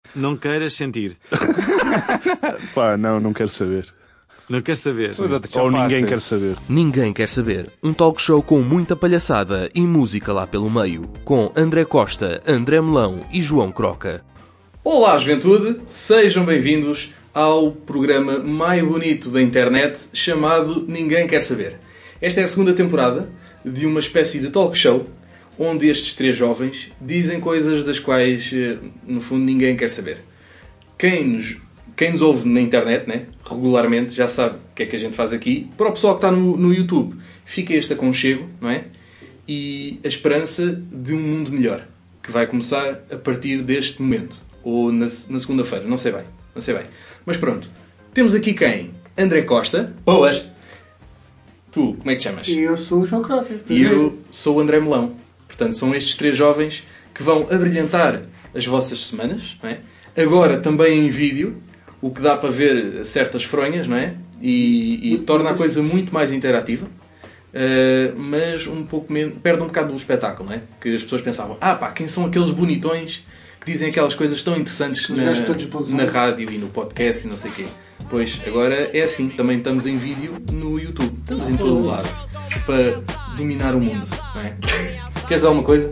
Não queiras sentir. Pá, não quero saber. Não quer saber. Ou ninguém quer saber. Ninguém quer saber. Um talk show com muita palhaçada e música lá pelo meio. Com André Costa, André Melão e João Croca. Olá, juventude! Sejam bem-vindos ao programa mais bonito da internet chamado Ninguém Quer Saber. Esta é a segunda temporada de uma espécie de talk show onde estes três jovens dizem coisas das quais, no fundo, ninguém quer saber. Quem nos ouve na internet, né, regularmente, já sabe o que é que a gente faz aqui. Para o pessoal que está no YouTube, fica este aconchego, não é? E a esperança de um mundo melhor, que vai começar a partir deste momento. Ou na segunda-feira, não sei bem. Mas pronto, temos aqui quem? André Costa. Boas! Tu, como é que te chamas? E eu sou o João Croca. E eu sou o André Melão. Portanto, são estes três jovens que vão abrilhantar as vossas semanas, não é? Agora também em vídeo, o que dá para ver certas fronhas, não é? E torna a coisa muito mais interativa. Mas um pouco menos, perde um bocado do espetáculo, não é? Que as pessoas pensavam, quem são aqueles bonitões que dizem aquelas coisas tão interessantes na rádio e no podcast e não sei o quê. Pois, agora é assim, também estamos em vídeo no YouTube, estamos em todo o lado, para dominar o mundo, não é? Queres alguma coisa?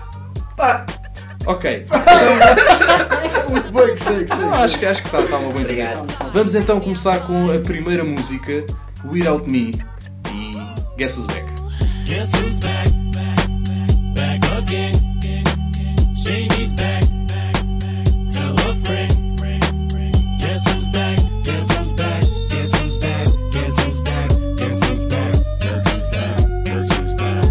Ok. Muito bem, gostei. Acho que está uma boa introdução. Vamos então começar com a primeira música, Without Me, e Guess Who's Back. Guess who's back? Back again. Shady's back. Tell a friend. Guess who's back? Guess who's back? Guess who's back? Guess who's back? Guess who's back? Guess who's back? Guess who's back?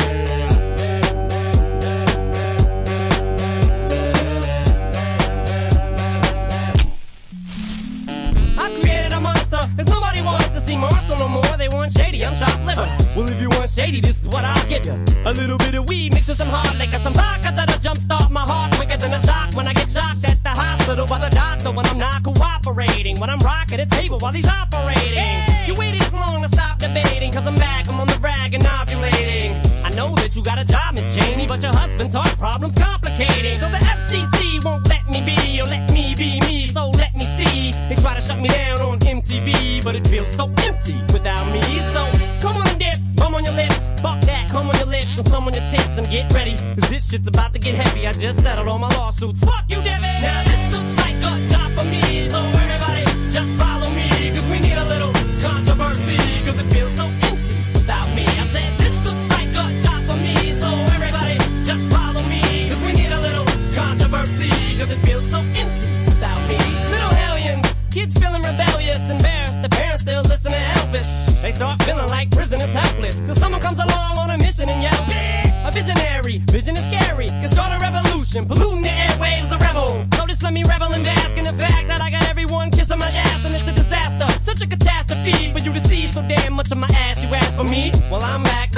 I've created a monster, 'cause nobody wants to see Marshall no more. They want Shady, I'm chopped liver. Well, if you want Shady, this is what I'll give you. A little bit of weed mixed with some hard liquor, some vodka that'll jumpstart my heart quicker than a shock when I get shocked at the hospital by the doctor when I'm not cooperating, when I'm rocking the table while he's operating. Hey! You waited this long to stop debating, 'cause I'm back, I'm on the rag and ovulating. I know that you got a job, Miss Cheney, but your husband's heart problem's complicating. So the FCC won't let me be, or let me be me, so let me see. They try to shut me down on MTV, but it feels so empty without me. So come on and dip, bum on your lips, fuck that, come on your lips and some on your tits and get ready, 'cause this shit's about to get heavy. I just settled all my lawsuits. Fuck you, Devin! Now this looks like a job for me, so everybody just follow me, 'cause we need a little controversy, 'cause it feels so empty without me. I said this looks like a job for me, so everybody just follow me, 'cause we need a little controversy, 'cause it feels so empty without me. Little hellions, kids feeling rebellious, embarrassed, the parents still listen to Elvis. They start feeling like prisoners helpless, till someone comes along on a mission and yells, bitch! A visionary, vision is scary, can start a revolution, polluting the airwaves, a rebel. So just let me revel and bask in the fact that I got everyone kissing my ass, and it's a disaster, such a catastrophe for you to see so damn much of my ass. You ask for me, well I'm back.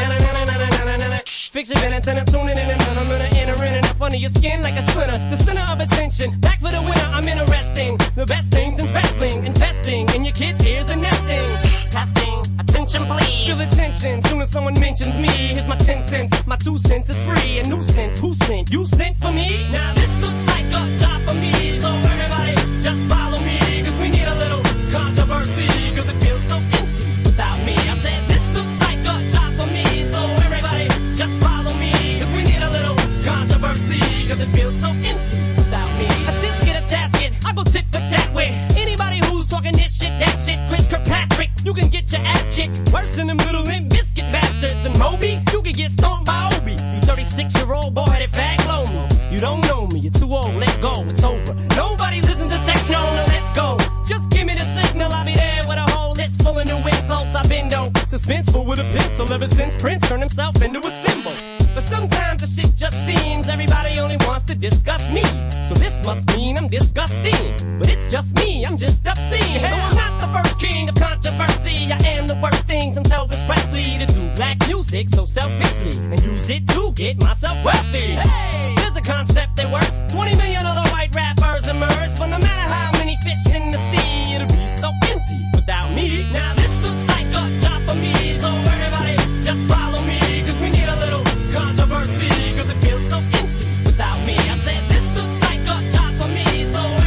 Fix your minutes and I'm tuning in and I'm gonna enter in and up under your skin like a splinter. The center of attention, back for the winner, I'm interesting. The best things in wrestling, investing in your kids' ears and nesting. Testing, attention please. Feel the tension, soon as someone mentions me. Here's my 10 cents, my 2 cents is free. A nuisance, who sent? You sent for me? Now this looks like a job for me, so everybody just follow me, 'cause we need a little controversy, 'cause it feels so empty without me. I said this looks like a job for me, so everybody just follow me, 'cause we need a little controversy, 'cause it feels so empty without me. I just get a tasket, I go tit for tat with anybody who's talking this shit, that shit. Chris Kirkpatrick, you can get your ass kicked worse than them little Limp Biscuit bastards. And Moby, you can get stomped by Obi. You 36-year-old boy-headed fag blow me. You don't know me, you're too old, let go, it's over. Nobody listen to techno, now let's go. Just give me the signal, I'll be there with a whole list full of new insults. I've been dope, suspenseful with a pencil ever since Prince turned himself into a symbol. But sometimes the shit just seems everybody only wants to discuss me. So this must mean I'm disgusting. But it's just me, I'm just obscene. So I'm not the first king of controversy. I am the worst thing since Elvis Presley to do black music so selfishly and use it to get myself wealthy. Hey, there's a concept that works. 20 million other white rappers emerge, but no matter how many fish in the sea, it'll be so empty without me. Now this looks like a job for me, so everybody just follow me, 'cause we need a little controversy, 'cause it feels so empty without me. I said this looks like a job for me, so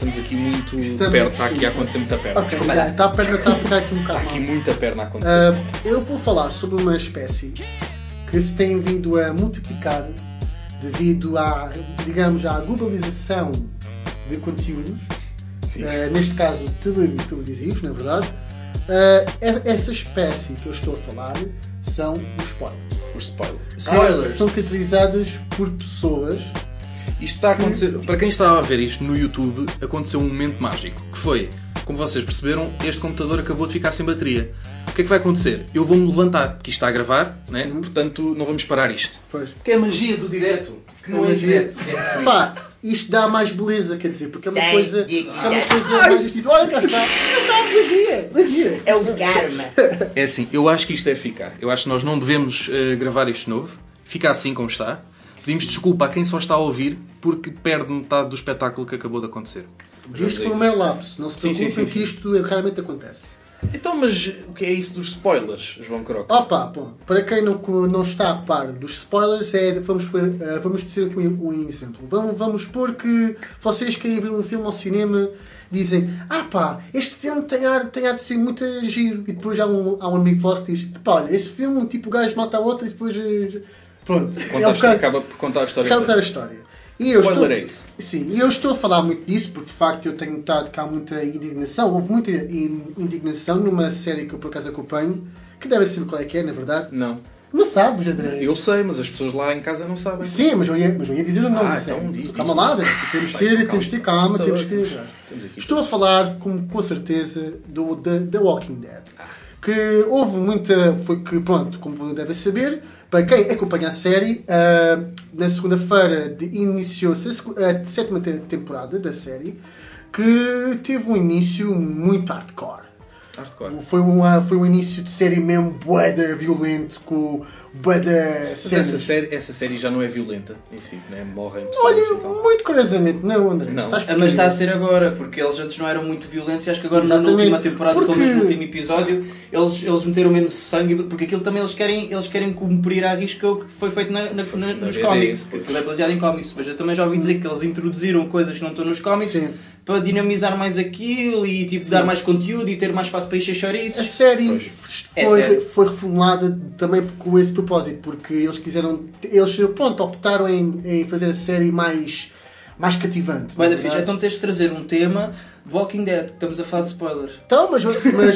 estamos aqui muito Estamos- perto, está sim, aqui a sim. acontecer muita perna. Ok, está a ficar aqui um bocado Aqui mal. muita perna a acontecer. Eu vou falar sobre uma espécie que se tem vindo a multiplicar devido à, digamos, à globalização de conteúdos, neste caso televisivos, na verdade. Essa espécie que eu estou a falar são os spoilers. Os spoilers. Spoilers são caracterizadas por pessoas. Isto está a acontecer, para quem estava a ver isto no YouTube, aconteceu um momento mágico, que foi, como vocês perceberam, este computador acabou de ficar sem bateria. O que é que vai acontecer? Eu vou-me levantar, porque isto está a gravar, né? Portanto não vamos parar isto. Pois. Porque é a magia do direto, que não é Magia. direto. Pá, isto dá mais beleza, quer dizer, porque é uma coisa mais distinta. Olha, cá está, magia. É o karma. É assim, eu acho que isto deve ficar. Eu acho que nós não devemos gravar isto novo. Fica assim como está. Pedimos desculpa a quem só está a ouvir, porque perde metade do espetáculo que acabou de acontecer. Isto foi um mero lapso, não se Sim, preocupem sim, que isto raramente acontece. Então, mas o que é isso dos spoilers, João Croc? Opa, bom, para quem não está a par dos spoilers, vamos dizer aqui um exemplo. Vamos supor que vocês querem ver um filme ao cinema, dizem, este filme tem ar de ser muito giro, e depois há um amigo vosso que diz, olha, esse filme, tipo, o gajo mata a outra e depois... Pronto, Acaba por contar a história acaba toda. a história. E eu Spoiler é isso. Sim, e eu estou a falar muito disso porque de facto eu tenho notado que há muita indignação. Houve muita indignação numa série que eu por acaso acompanho, que deve saber qual é que é, na verdade. Não. Não sabes, André? Eu sei, mas as pessoas lá em casa não sabem. Sim, mas eu ia dizer o nome da então série. diz. Calma lá, André. Temos de ter calma, temos que... Temos aqui. Estou a falar com certeza do The Walking Dead. Que houve muita... Foi que, pronto, como devem saber, para quem acompanha a série, na segunda-feira iniciou-se a 7ª temporada da série, que teve um início muito hardcore. Hardcore. Foi um início de série mesmo bué violento, com bué Mas cenas. essa série já não é violenta em si, né? Morrem pessoas Olha, e tal. muito curiosamente, não, André. Não. Sabes porquê? Mas está a ser agora, porque eles antes não eram muito violentos e acho que agora na Exatamente. última temporada, Porque- pelo menos no último episódio, eles meteram menos sangue, porque aquilo também eles querem cumprir à risca o que foi feito nos BD, cómics, isso, que aquilo é baseado em cómics. Mas eu também já ouvi dizer que eles introduziram coisas que não estão nos cómics Sim. para dinamizar mais aquilo e tipo, dar mais conteúdo e ter mais espaço para encher A chouriços. série É sério. foi reformulada também com esse propósito, porque eles optaram em fazer a série mais cativante. Vai da na ficha, verdade. então tens de trazer um tema de Walking Dead, que estamos a falar de spoilers. Então, mas eu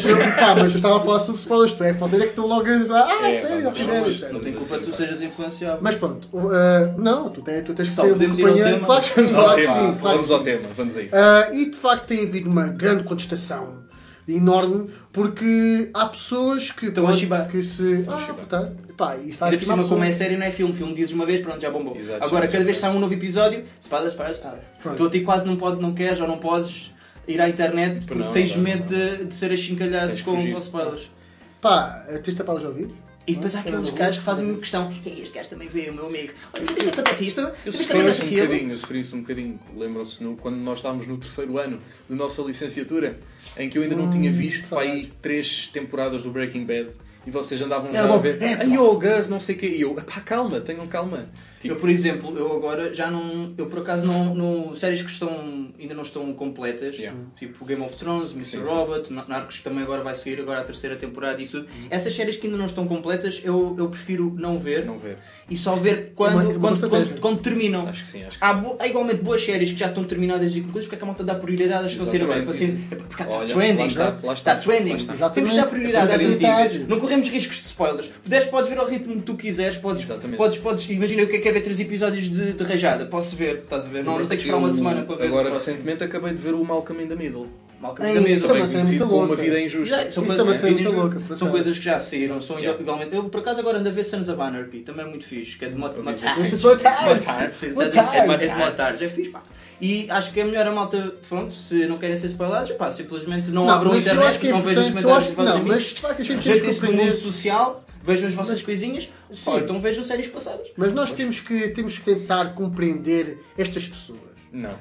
estava a falar sobre spoilers, vocês é que estão logo a série, vamos, ok, vamos, etc. Não tem culpa que tu sejas influenciável. Mas pronto, não, tu tens que Então, ser podemos ir ao acompanhante. tema? Claro que sim, Vamos ao claro que tema, sim. Claro que vamos ao sim. tema, vamos a isso. E de facto tem havido uma grande contestação enorme, porque há pessoas que Estão a chibar. que se... a chibar. Tá. Pá, isso faz Ainda por estimar cima, como é pessoas. série, não é filme. Filme dizes uma vez, pronto, já bombou. Exato, Agora, já cada vez que sai um novo episódio, spoilers. Pronto. Tu a ti quase não queres ou não podes ir à internet porque Não, tens não, medo de ser achincalhado Tens que com fugir. spoilers. Pá, tens de tapar os ouvidos? E depois há aqueles gajos que fazem uma questão. Este gajo também veio, o meu amigo. Olha, sabes o que acontece isto? Eu Sabes que sofri acontece isso um aquilo? bocadinho, eu sofri isso um bocadinho. Lembram-se quando nós estávamos no 3º ano da nossa licenciatura, em que eu ainda não tinha visto para aí 3 temporadas do Breaking Bad e vocês andavam já a bom. ver. Ai, o Gus, não sei o quê. E eu, pá, calma, tenham calma. Eu, por exemplo, eu agora já não... Eu, por acaso, não séries que ainda não estão completas, Yeah. tipo Game of Thrones, Mr. Sim, sim. Robot, Narcos, que também agora vai sair agora a 3ª temporada e isso tudo. Essas séries que ainda não estão completas, eu prefiro não ver. Não ver. E só ver uma boa estratégia. quando terminam. Acho que sim, acho que Há igualmente boas séries que já estão terminadas e concluídas, porque é que a malta dá prioridade às que estão a ser agora? Exatamente, Para ser, porque está Olha, trending. lá está, lá está. trending. Lá está. Exatamente. Temos de dar prioridade às Essa antigas. sociedade. Não corremos riscos de spoilers. Podes ver ao ritmo que tu quiseres. Exatamente. Podes imagina o que é ver 3 episódios de rajada. Posso ver, estás a ver? Não tenho que esperar uma semana para ver. Agora, o próximo. recentemente, acabei de ver o Malcolm in the Middle. Malcolm Ei, in the Middle. isso é uma Também cena conhecido muito como Uma louca. Vida Injusta. Já, Isso é uma cena muito louca, por São acaso. coisas que já saíram, são Yeah. igualmente. Eu por acaso agora ando a ver Sons of Anarchy, também é muito fixe, que é de Isso matar. é boa tarde. Boa tarde. É de matar, é fixe, pá. E acho que é melhor a malta, pronto, se não querem ser spoilados, pá, simplesmente não abram a mas eu internet, acho que é não vejam os importante, comentários dos vossos não, mas amigos, de facto a gente temos que rejeitem-se do compreender. mundo social, vejam as vossas coisinhas, Sim. ou então vejam séries passadas. Mas nós temos que tentar compreender estas pessoas. Não.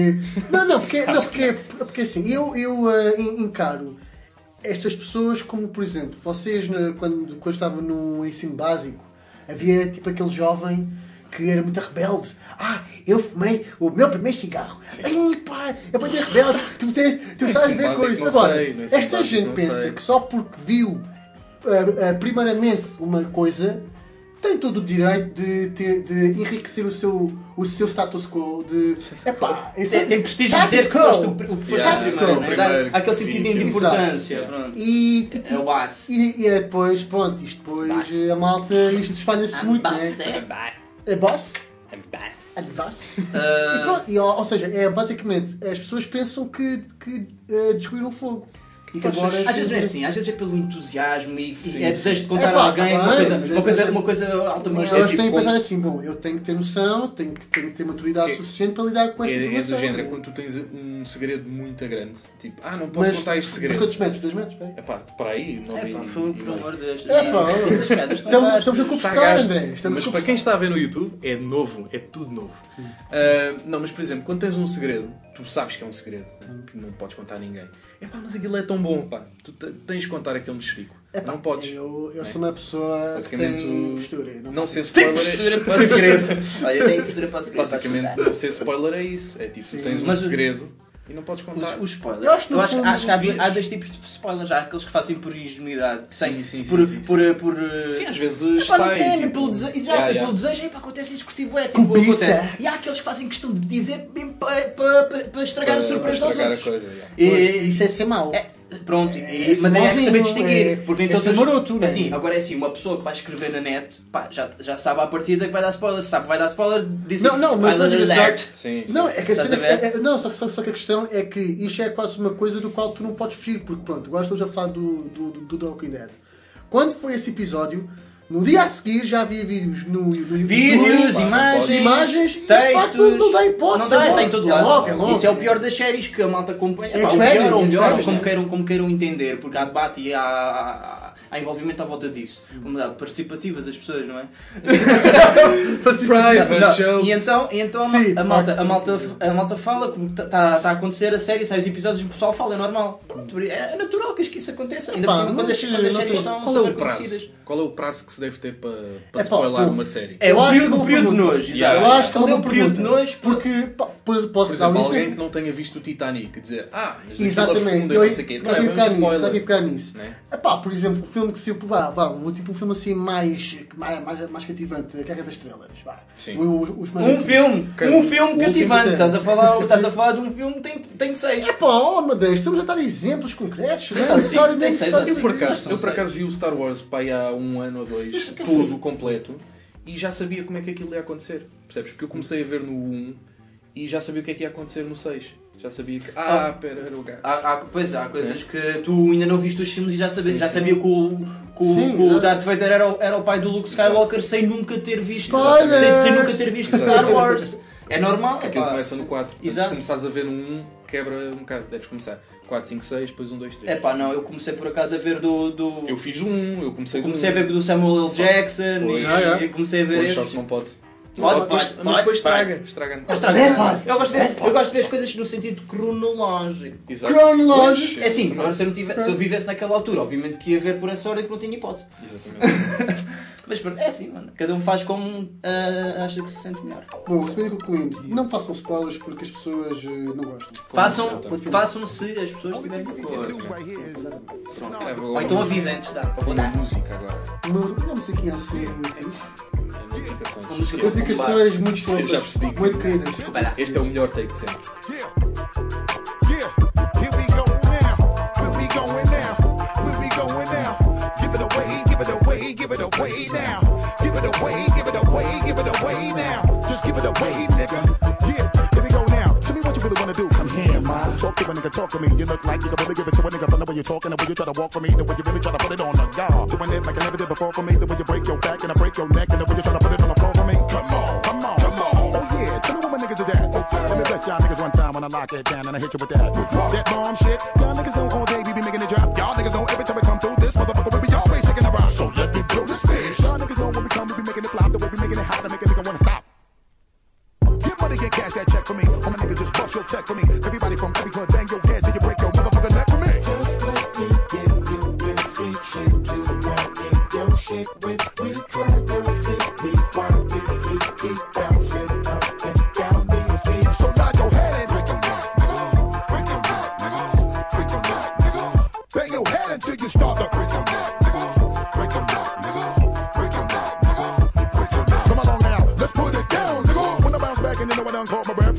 Porque assim, eu encaro estas pessoas como, por exemplo, vocês quando estavam no ensino básico, havia tipo aquele jovem que era muito rebelde. Eu fumei o meu primeiro cigarro. Ai, pá, é muito rebelde. Tu sabes ver com isso. Agora, esta gente pensa que só porque viu primeiramente uma coisa tem todo o direito de enriquecer o seu status quo. Tem prestígio dizer que foste o primeiro. Há aquele sentido de importância. É o base. E depois, pronto, isto depois a malta, isto espalha-se muito, não é? É boss? É boss? E pronto, ou seja, basicamente, as pessoas pensam que descobriram fogo. E que agora às vezes não é assim, às vezes é pelo entusiasmo e é desejo de contar a alguém uma coisa altamente. Elas têm que pensar assim, bom, eu tenho que ter noção, tenho que ter maturidade suficiente para lidar com esta informação. É do género, quando tu tens um segredo muito grande, tipo, não posso contar este segredo. Mas quantos metros? 2 metros? Para aí, não vi. Pelo amor de Deus. Estamos a conversar, André. Mas para quem está a ver no YouTube, é novo, é tudo novo. Não, mas por exemplo, quando tens um segredo, tu sabes que é um segredo, que não podes contar a ninguém. Mas aquilo é tão bom, pá. Tu tens de contar aquele mexerico. Não podes. Eu sou uma pessoa que tem postura. Não ser spoiler é para segredo. Olha, eu tenho postura para segredo. Basicamente, não ser spoiler é isso. É tipo, tu tens um segredo e não podes contar. Os spoilers. Eu acho que há dois tipos de spoilers. Há aqueles que fazem por ingenuidade. Sim, às vezes sai. Pelo desejo, acontece isso, curti bué. E há aqueles que fazem questão de dizer mesmo para estragar a surpresa aos outros. Isso é ser mau. Pronto, mas é que saber distinguir. Porque então maroto, assim, agora é assim, uma pessoa que vai escrever na net, já sabe à partida que vai dar spoiler. Sabe que vai dar spoiler, diz só que a questão é que isto é quase uma coisa do qual tu não podes fugir, porque pronto, agora estou já a falar do The Walking Dead. Quando foi esse episódio, no dia a seguir já havia vídeos no YouTube. Vídeos, imagens, textos. Não dá hipótese. Não dá, está em todo lado. Logo. Isso é o pior das séries que a malta acompanha. O pior ou melhor, como queiram entender, porque há debate e há envolvimento à volta disso. Como dá, participativas as pessoas, não é? E então a malta fala que está a acontecer a série, sai os episódios e o pessoal fala, é normal. É natural que isso aconteça. Ainda por cima quando as séries estão super conhecidas. Qual é o prazo que se deve ter para spoiler uma série? É o período de nojo. Eu acho que é um período de nojo porque posso dar alguém que não tenha visto o Titanic dizer mas exatamente, eu não sei o quê. Está aqui a pegar nisso. Por exemplo, o filme que saiu por tipo um filme assim mais cativante, A Guerra das Estrelas. Um filme cativante. Estás a falar de um filme que tem 6. Madeiras, estamos a dar exemplos concretos. Eu por acaso vi o Star Wars há 1 ano ou 2, todo completo, e já sabia como é que aquilo ia acontecer. Percebes? Porque eu comecei a ver no 1 e já sabia o que é que ia acontecer no 6. Já sabia que. Pera, era o gato. Há coisas que tu ainda não viste os filmes e já sabia que o Darth Vader era o pai do Luke Skywalker sem nunca ter visto. Sem nunca ter visto Star Wars. É normal. Aquilo começa no 4. Se começares a ver no 1, quebra um bocado. Deves começar 4, 5, 6, depois 1, 2, 3. Não, eu comecei por acaso a ver do... Eu fiz do 1, eu comecei a ver do Samuel L. Jackson e comecei a ver esse. Só que não pode. Mas depois estraga. Eu gosto de ver as coisas no sentido cronológico. Exato. Cronológico. É assim, agora se eu vivesse naquela altura, obviamente que ia ver por essa ordem que não tinha hipótese. Exatamente. Mas é assim, mano. Cada um faz como acha que se sente melhor. Bom, se bem concluindo, não façam spoilers porque as pessoas não gostam. Façam se as pessoas tiverem de acordo. Ou então avisem antes de dar. Vou dar música agora. Uma musiquinha assim fixe. Notificações muito fofas, já percebi. muito queridas. Este é o melhor take de sempre. Talk to a nigga, talk to me. You look like you can really give it to a nigga from the way you're talking, the way you try to walk for me, the way you really try to put it on the guard. Doing it like I never did before for me, the way you break your back and I break your neck, and the way you try to put it on the floor for me. Come on. Oh yeah, tell me where my niggas is at. Let me bless y'all niggas one time when I lock it down and I hit you with that. That bomb shit, y'all niggas know all day we be making it drop. Y'all niggas know every time we come through this motherfucker we be always taking a rock. So let me blow this bitch. Y'all niggas know when we come we be making it flop, the way we making it hot to make a nigga wanna stop. Get money, get cash, that check for me. All my niggas just bust your check for me. Everybody from every club, bang your head till you break your motherfucking neck for me. Just let me give you real street shit to rock it. Your shit with we try to sit, we want this heat, keep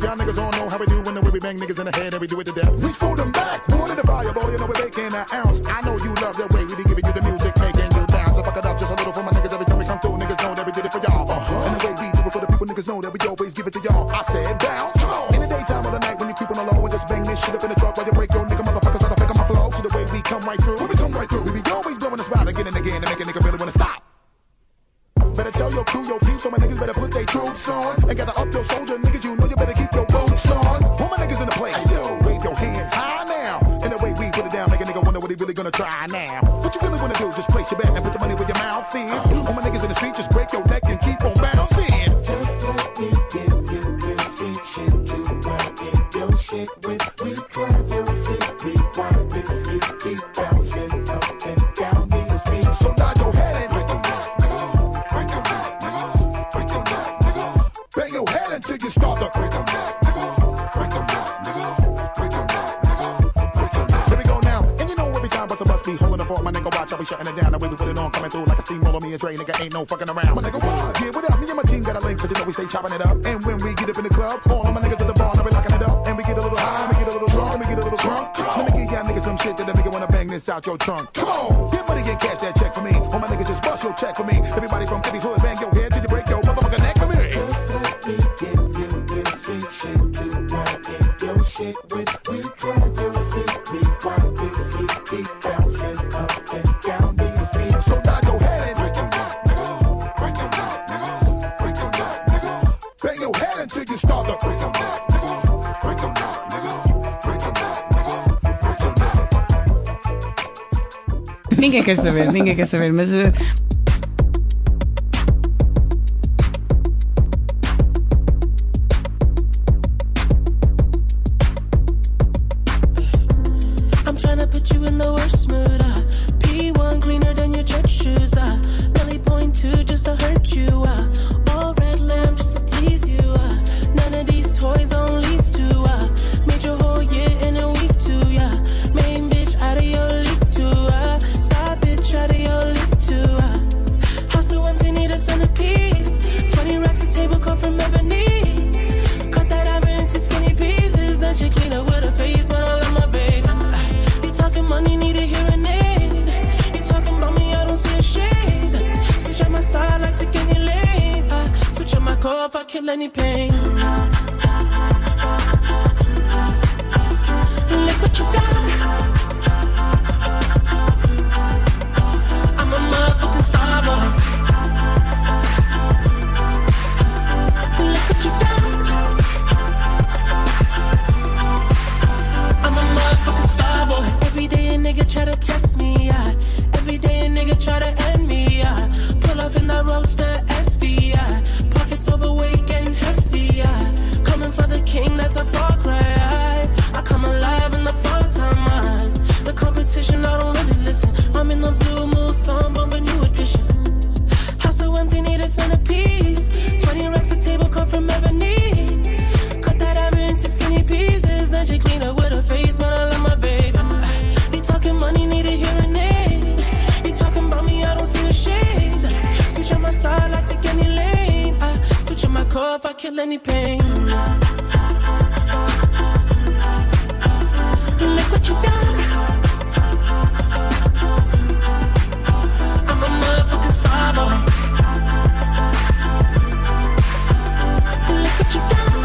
Y'all niggas all know how we do when the way we bang niggas in the head and we do it to death. Reach for them back, water the fireball, you know we're making an ounce. I know you love the way we be giving you the music, making you down. So fuck it up just a little for my niggas every time we come through. Niggas know that we did it for y'all. And the way we do it for the people, niggas know that we always give it to y'all. I said down. In the daytime or the night when you creep on the low and just bang this shit up in the truck while you break your nigga motherfuckers out of fake on my flow. See the way we come right through. When we come right through, we be always blowing the spot again and again to make a nigga really wanna stop. Better tell your crew, your peeps, so my niggas better put their troops on. And gather up your soldier niggas, you know you better keep your boots on. All my niggas in the place, yo, wave your hands high now. And the way we put it down, make a nigga wonder what he really gonna try now. What you really wanna do, just place your bet and put the money where your mouth is. All my niggas in the street, just break your neck and keep on bouncing. Just let me give you real street shit to ride in your shit with. We climb your city, we want this hit, keep bouncing up and down these streets. So nod your head and break your neck, nigga. Break your neck, nigga. Break your neck, nigga. Bang your head until you start to break your neck, nigga. Break your neck, nigga. Break your neck, nigga. Break your neck. Here we go now. And you know every time bust a must be holding the fort, my nigga watch, I'll be shutting it down. The way we put it on, coming through like a steamroller, me and Dre, nigga ain't no fucking around. My nigga, what? Yeah, what up? Me and my team got a link, cause you know we stay chopping it up. And when we get up in the club, all of my niggas at the bar, now we locking it up. And we get a little high, and we get a little drunk, and we get a little drunk. Let me give y'all niggas some shit that make you wanna bang this out your trunk. Come on, get money and cash that check for me. All my niggas just bust your check for me. Everybody from every hood, bang your head till you break your motherfucking neck for me. Just let me give you real street shit to ride in your shit with. We climb your city, we want this hit, keep bouncing up and down these streets. So nod your head and break your neck, nigga. Break your neck, nigga. Break your neck, nigga. Bang your head until you start to break your neck, nigga. Break your neck, nigga. Break your neck, nigga. Break your neck. Ninguém quer saber, mas I'm tryna put you in the worst mood. P1 cleaner than your church shoes. Really point to just to hurt you. All red lamb just to tease you. None of these toys on lease to. Made your whole year in a week too. Main bitch out of your league too. Side bitch out of your league too. House so empty, need a centerpiece. 20 racks a table come from ebony. Cut that ever into skinny pieces. Then she clean up with her face, but I love my baby. You talking money, need a hearing aid. You talking about me, I don't see a shade. Switch on my side, I take any lane. Switch on my core if I kill any pain. Look what you done. I'm a motherfucking star boy. Look what you done. I'm a motherfucking star boy. Every day a nigga try to test me, every day a nigga try to end me, pull off in that roadster SV, pockets overweight getting hefty, coming for the king, that's a far cry. I come alive in the fall time, the competition, I don't really listen. I'm in the blue moon, song bumping new edition. House so empty, need a centerpiece. 20 racks a table come from ebony. Cut that ever into skinny pieces. Then she clean up with her face, man, I love my baby. You talking money, need a hearing aid. You talking about me, I don't see a shade. Switch on my side, I take any lane. Switch on my core if I kill any pain. Look what you done. I'm a motherfucking star boy. Look what you done.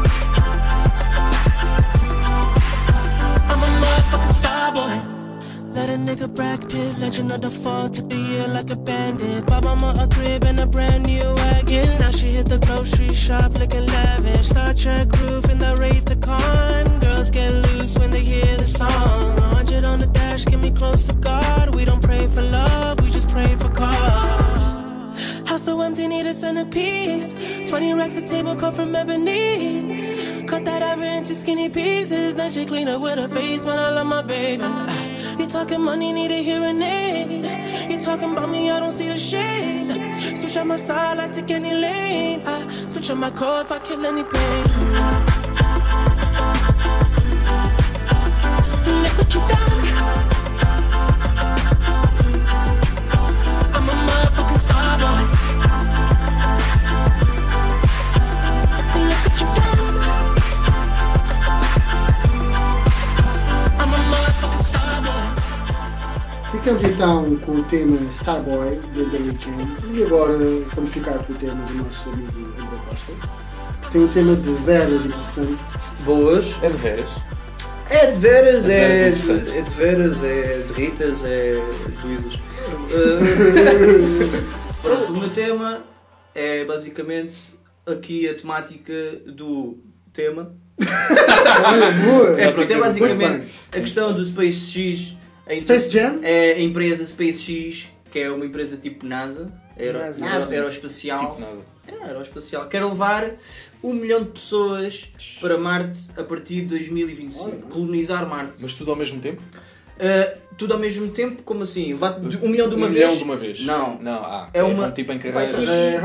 I'm a motherfucking star boy. Let a nigga Brad Pitt, legend of the fall, took the year like a bandit. Bought mama a crib and a brand new wagon. Now she hit the grocery shop looking lavish. Star Trek roof in the Wraith the Con. Girls get loose when they hear the song. 100 on the dash, get me close to God. We don't pray for love, we just pray for cause. House so empty, need a centerpiece. 20 racks a table come from ebony. Cut that ever into skinny pieces. Then she clean up with her face, man, I love my baby. You talking money, need a hearing aid. You talking about me, I don't see the shade. Switch on my side, I take any lane. Switch on my core if I kill any pain. Look what you done. I'm a motherfucking star boy. Look what you done. Ficamos então com o tema Starboy, de The Weeknd. E agora vamos ficar com o tema do nosso amigo André Costa, que tem um tema de veras interessante. Boas. É de veras. É de veras, É é de veras de veras, é de Ritas, é de Luísas. Pronto, o meu tema é basicamente aqui a temática do tema. É basicamente a questão do SpaceX. Space Jam? É a empresa SpaceX, que é uma empresa tipo NASA, aeroespacial. Tipo NASA. Aeroespacial. Quer levar 1 milhão de pessoas para Marte a partir de 2025. Colonizar Marte. Mas tudo ao mesmo tempo? Tudo ao mesmo tempo? Como assim? 1 milhão de uma 1 vez? milhão de uma vez? Não. É uma tipo em carreiras.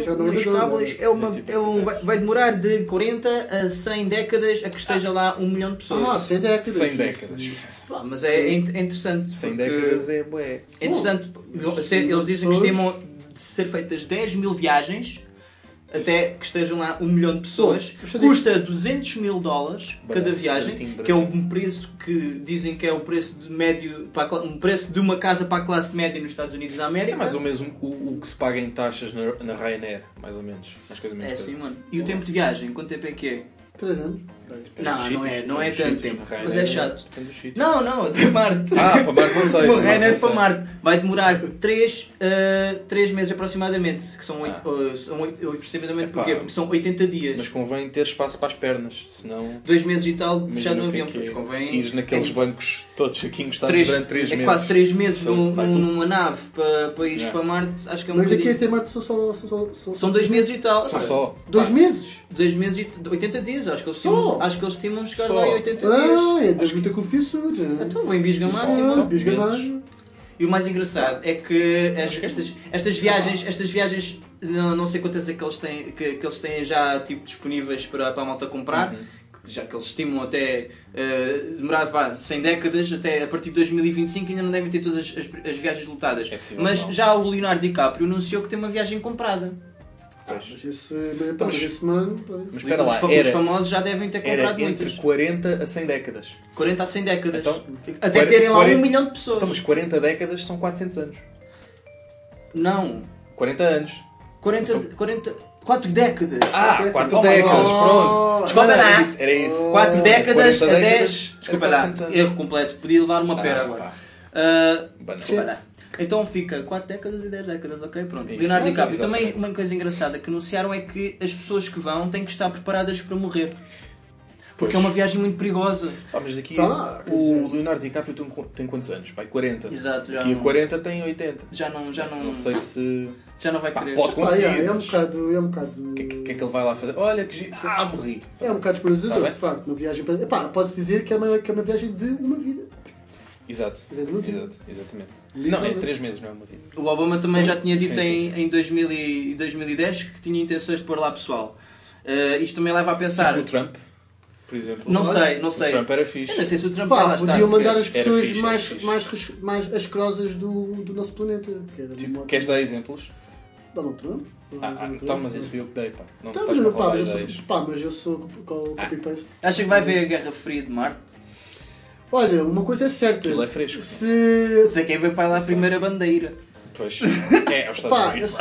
Vai demorar de 40 a 100 décadas a que esteja lá 1 milhão de pessoas. 100 décadas. 100 décadas. Mas é interessante. 100 décadas é bué. É interessante. Eles dizem que estimam de ser feitas 10 mil viagens até que estejam lá 1 milhão de pessoas. Custa $200 mil cada viagem, que é um preço que dizem que é o preço de médio, um preço de uma casa para a classe média nos Estados Unidos da América. É mais ou menos o que se paga em taxas na Ryanair, mais ou menos. É assim, mano. E o tempo de viagem, quanto tempo é que é? 3 anos. Não é tanto tempo, mas é chato. Depende do Não, até Marte. para Marte não sei. Ryanair para Marte. Vai demorar 3 meses aproximadamente, que são 8 aproximadamente. Porquê? Porque são 80 dias. Mas convém ter espaço para as pernas, senão... 2 meses e tal, já no avião. Convém ires naqueles bancos todos aqui encostados durante 3 meses. É quase 3 meses numa nave para ires para Marte. Acho que é um Mas aqui até Marte são 2 meses e tal. São só. 2 meses? 2 meses e 80 dias. Acho que eles estimam chegar lá em 80 dias. É muita confissura. Então vem bisga máxima. Bisga máxima. E o mais engraçado é que estas viagens não sei quantas é que eles têm já tipo, disponíveis para a malta comprar. Já que eles estimam até demorar 100 décadas, até a partir de 2025 ainda não devem ter todas as viagens lotadas. Mas já o Leonardo DiCaprio anunciou que tem uma viagem comprada. Mas esse mano... Mas espera lá, os famosos já devem ter comprado entre muitas. 40 a 100 décadas. 40 a 100 décadas. Então, até terem lá 1 milhão de pessoas. Então, mas 40 décadas são 400 anos. Não. 40 anos. 4 décadas. 4 décadas, pronto. Desculpa lá. Era isso. 4 décadas a 10. décadas, Desculpa lá. Erro completo. Podia levar uma pera agora. Desculpa lá. Então fica 4 décadas e 10 décadas, ok? Pronto. Leonardo DiCaprio. Também uma coisa engraçada que anunciaram é que as pessoas que vão têm que estar preparadas para morrer. Porque é uma viagem muito perigosa. Mas daqui o Leonardo DiCaprio tem quantos anos? Vai 40. Exato. Daqui a 40 tem 80. Já não... Não sei se... Já não vai querer. Pode conseguir. É um bocado... O que é que ele vai lá fazer? Olha que giro. Morri. É um bocado desprazerador, de facto. Uma viagem para... Pode-se dizer que é uma viagem de uma vida. Exato. Exatamente. Não, é 3 meses, não é uma vida. O Obama também já tinha dito em 2010 que tinha intenções de pôr lá pessoal. Isto também leva a pensar... O Trump, por exemplo. Não sei. O Trump era fixe. Eu não sei se o Trump vai lá estar. Podiam mandar as pessoas fixe. mais asquerosas do nosso planeta. Queres dar exemplos? Donald Trump? Então, mas isso fui eu que dei, pá. Não tá, estás a roubar ideias. Mas eu sou copy-paste. Acha que vai haver a Guerra Fria de Marte? Olha, uma coisa é certa. Aquilo é fresco. Se quem veio para lá a primeira bandeira. Pois. É os Estados Unidos.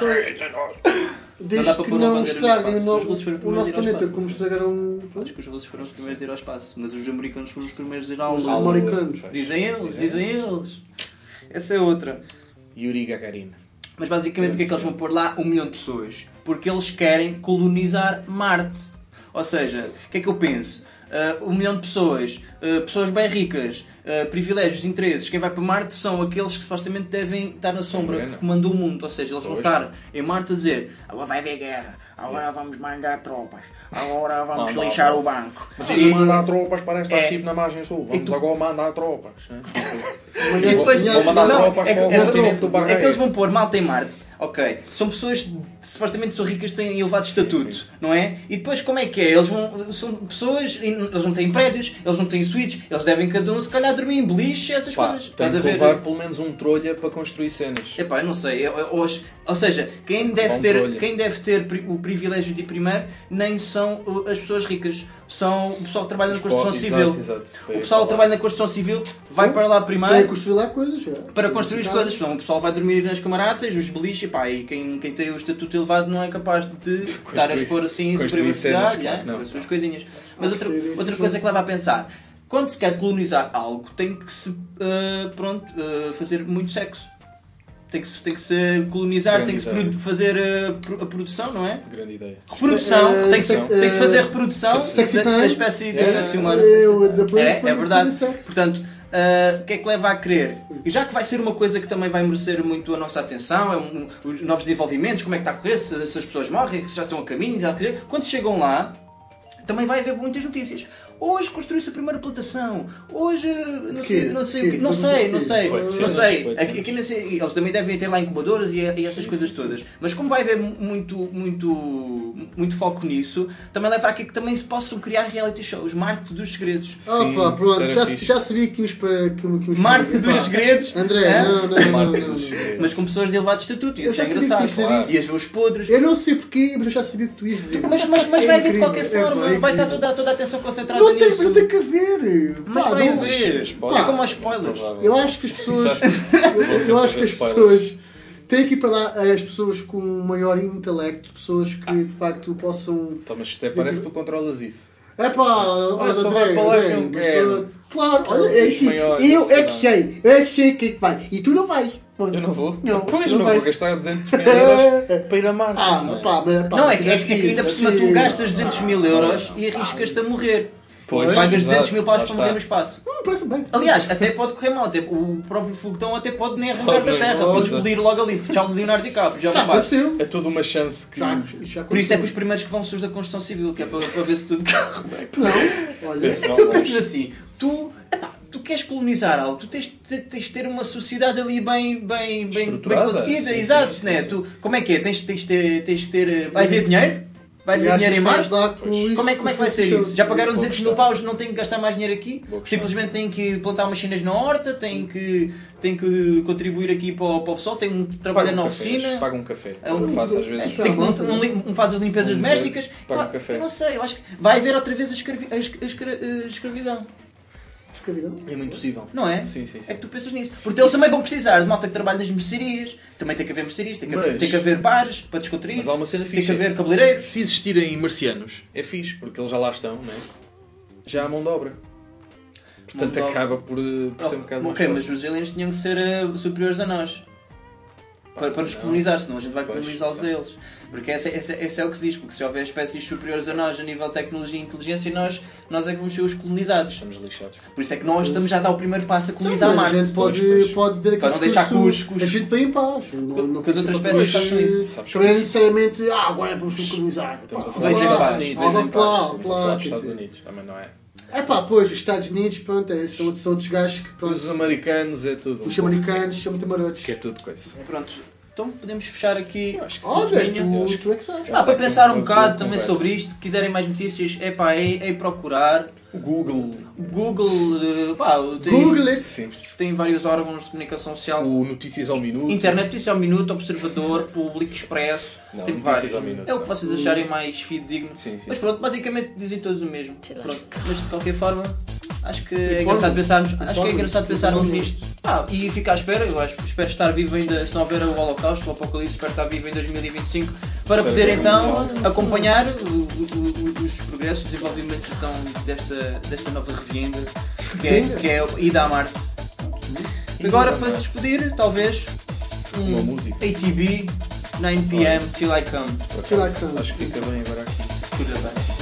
Desde que não estraguem o nosso planeta como estragaram... Acho que os russos foram os primeiros a ir ao espaço. Mas os americanos foram os primeiros a ir ao Os americanos. Dizem eles. Essa é outra. Yuri Gagarin. Mas basicamente porque é que eles vão pôr lá 1 milhão de pessoas? Porque eles querem colonizar Marte. Ou seja, o que é que eu penso? 1 milhão de pessoas, pessoas bem ricas, privilégios, interesses. Quem vai para Marte são aqueles que supostamente devem estar na sombra, que comandam o mundo. Ou seja, eles vão estar em Marte a dizer: agora vai haver guerra, agora vamos mandar tropas, agora vamos lixar o banco. Mas mandar tropas para esta chip na margem sul. Vamos agora mandar tropas. Vão mandar tropas para o continente do Bahrein. É que eles vão pôr malta em Marte. Ok, são pessoas que supostamente são ricas, têm elevado estatuto, não é? E depois como é que é? São pessoas, eles não têm prédios, eles não têm suítes, eles devem cada um se calhar dormir em beliche, essas coisas. Tem Estás a que ver? levar pelo menos um trolha para construir cenas. Epá, eu não sei. Ou seja, quem deve ter o privilégio de ir primeiro nem são as pessoas ricas. São o pessoal que trabalha na construção civil. Exato. O pessoal que trabalha na construção civil vai para lá primeiro. Tem que construir lá coisas. Para construir as coisas. Senão o pessoal vai dormir nas camaratas, os beliches, e quem tem o estatuto elevado não é capaz de estar a expor assim a privacidade, as suas coisinhas. Mas outra coisa que leva a pensar, quando se quer colonizar algo, tem que se fazer muito sexo. Tem que se colonizar, Grande tem que se ideia. fazer a produção, não é? Grande ideia. Reprodução, tem que se fazer a reprodução da espécie humana. É verdade. Portanto, o que é que leva a querer? E já que vai ser uma coisa que também vai merecer muito a nossa atenção, os novos desenvolvimentos, como é que está a correr, se as pessoas morrem, se já estão a caminho, quando chegam lá, também vai haver muitas notícias. Hoje construiu-se a primeira plantação. Hoje, não sei o quê. Não sei. Aqui, eles também devem ter lá incubadoras e essas coisas todas. Mas como vai haver muito foco nisso, também leva a que também se possam criar reality shows. Marte dos Segredos. Sim, pronto. Já sabia que íamos para... Marte dos Segredos. André, não. Mas com pessoas de elevado estatuto. Isso é engraçado. E as voos podres. Eu não sei porquê, mas eu já sabia que tu ias dizer. Mas vai haver de qualquer forma. Vai estar toda a atenção concentrada nisso. Não tem que haver. Mas vai haver. É como aos spoilers. Eu acho que as pessoas... eu acho que as pessoas... Tem que ir para lá as pessoas com maior intelecto, pessoas que de facto possam... Então, mas até parece que tu controlas isso. Olha, só vai para lá que não quero. Claro, olha, eu é que sei quem é que vai. E tu não vais. Eu não vou. Pois não vou gastar 200 mil euros para ir a Marte. Não, é que ainda por cima tu gastas 200 mil euros e arriscas-te a morrer. Pagas 200 mil paus para morrer no espaço. Parece bem. Aliás, até pode correr mal. O próprio foguetão até pode nem arrancar da terra. Pode explodir logo ali. Já o Leonardo DiCaprio. Já aconteceu. É toda uma chance que... Por isso é que os primeiros que vão são os da construção civil, que é para ver se tudo... Não, olha... É que tu pensas assim, tu queres colonizar algo, tu tens de ter uma sociedade ali bem conseguida, exato, né? Tu, como é que é? Tens de ter... Vai haver dinheiro? Vai haver dinheiro em Marte? Como é que vai ser isso? Já pagaram 200 mil paus, não têm que gastar mais dinheiro aqui? Simplesmente têm que plantar umas chinas na horta, têm que contribuir aqui para o pessoal, têm que trabalhar na oficina. Paga um café. Eu faço às vezes. Faz as limpezas domésticas. Paga um café. Eu não sei, eu acho que vai haver outra vez a escravidão. É muito possível. Não é? Sim. É que tu pensas nisso. Porque eles também vão precisar de malta que trabalha nas mercearias. Também tem que haver mercearias, tem que haver bares para descontrair. Mas há uma cena fixe. Tem que haver cabeleireiros. Se existirem marcianos, é fixe, porque eles já lá estão, não é? Já há mão de obra. Portanto, acaba por ser um bocado mais fácil. Mas os aliens tinham que ser superiores a nós. Para nos colonizar, senão a gente vai colonizá-los a eles. Porque esse é o que se diz, porque se houver espécies superiores a nós a nível de tecnologia e inteligência, nós é que vamos ser os colonizados. Estamos lixados. Por isso é que nós estamos já a dar o primeiro passo a colonizar Marte. A gente pode dizer para não deixar que a gente vem em paz. Que as outras espécies façam isso. Não é necessariamente, agora vamos colonizar. Estamos a falar dos Estados Unidos. Claro. Dos Estados Unidos, também não é? Pois, os Estados Unidos, pronto, são outros gajos que... Os americanos é tudo. Os americanos são muito marotos. Que é tudo coisa. Pronto. Então podemos fechar aqui. Olha, tu é que sabes. Para pensar um bocado também sobre isto, se quiserem mais notícias, é procurar. O Google. Tem vários órgãos de comunicação social. O Notícias ao Minuto. Internet, Notícias ao Minuto, Observador, Público, Expresso. Tem vários. É o que vocês acharem mais fidedigno. Sim. Mas pronto, basicamente dizem todos o mesmo. Pronto. Mas de qualquer forma, acho que é engraçado pensarmos nisto. E ficar à espera. Eu espero estar vivo ainda, se não houver o Holocausto, o Apocalipse, espero estar vivo em 2025 para poder então acompanhar os progressos, os desenvolvimentos então, desta nova revenda que é a ida à Marte. Agora para despedir, talvez uma música. ATB 9 PM Till I Come. Acho que fica bem agora aqui. Tudo bem.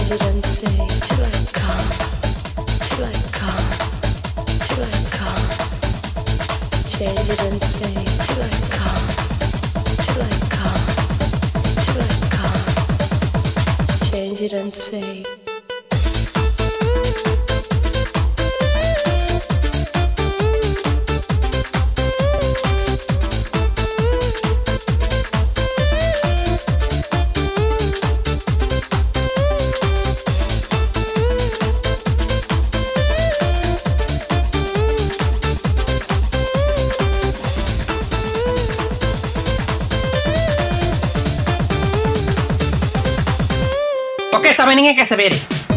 Change it and say, you like calm, you like calm, you like calm. Change it and say, you like calm, you like calm, you like calm. Change it and say. Ok, também ninguém quer saber.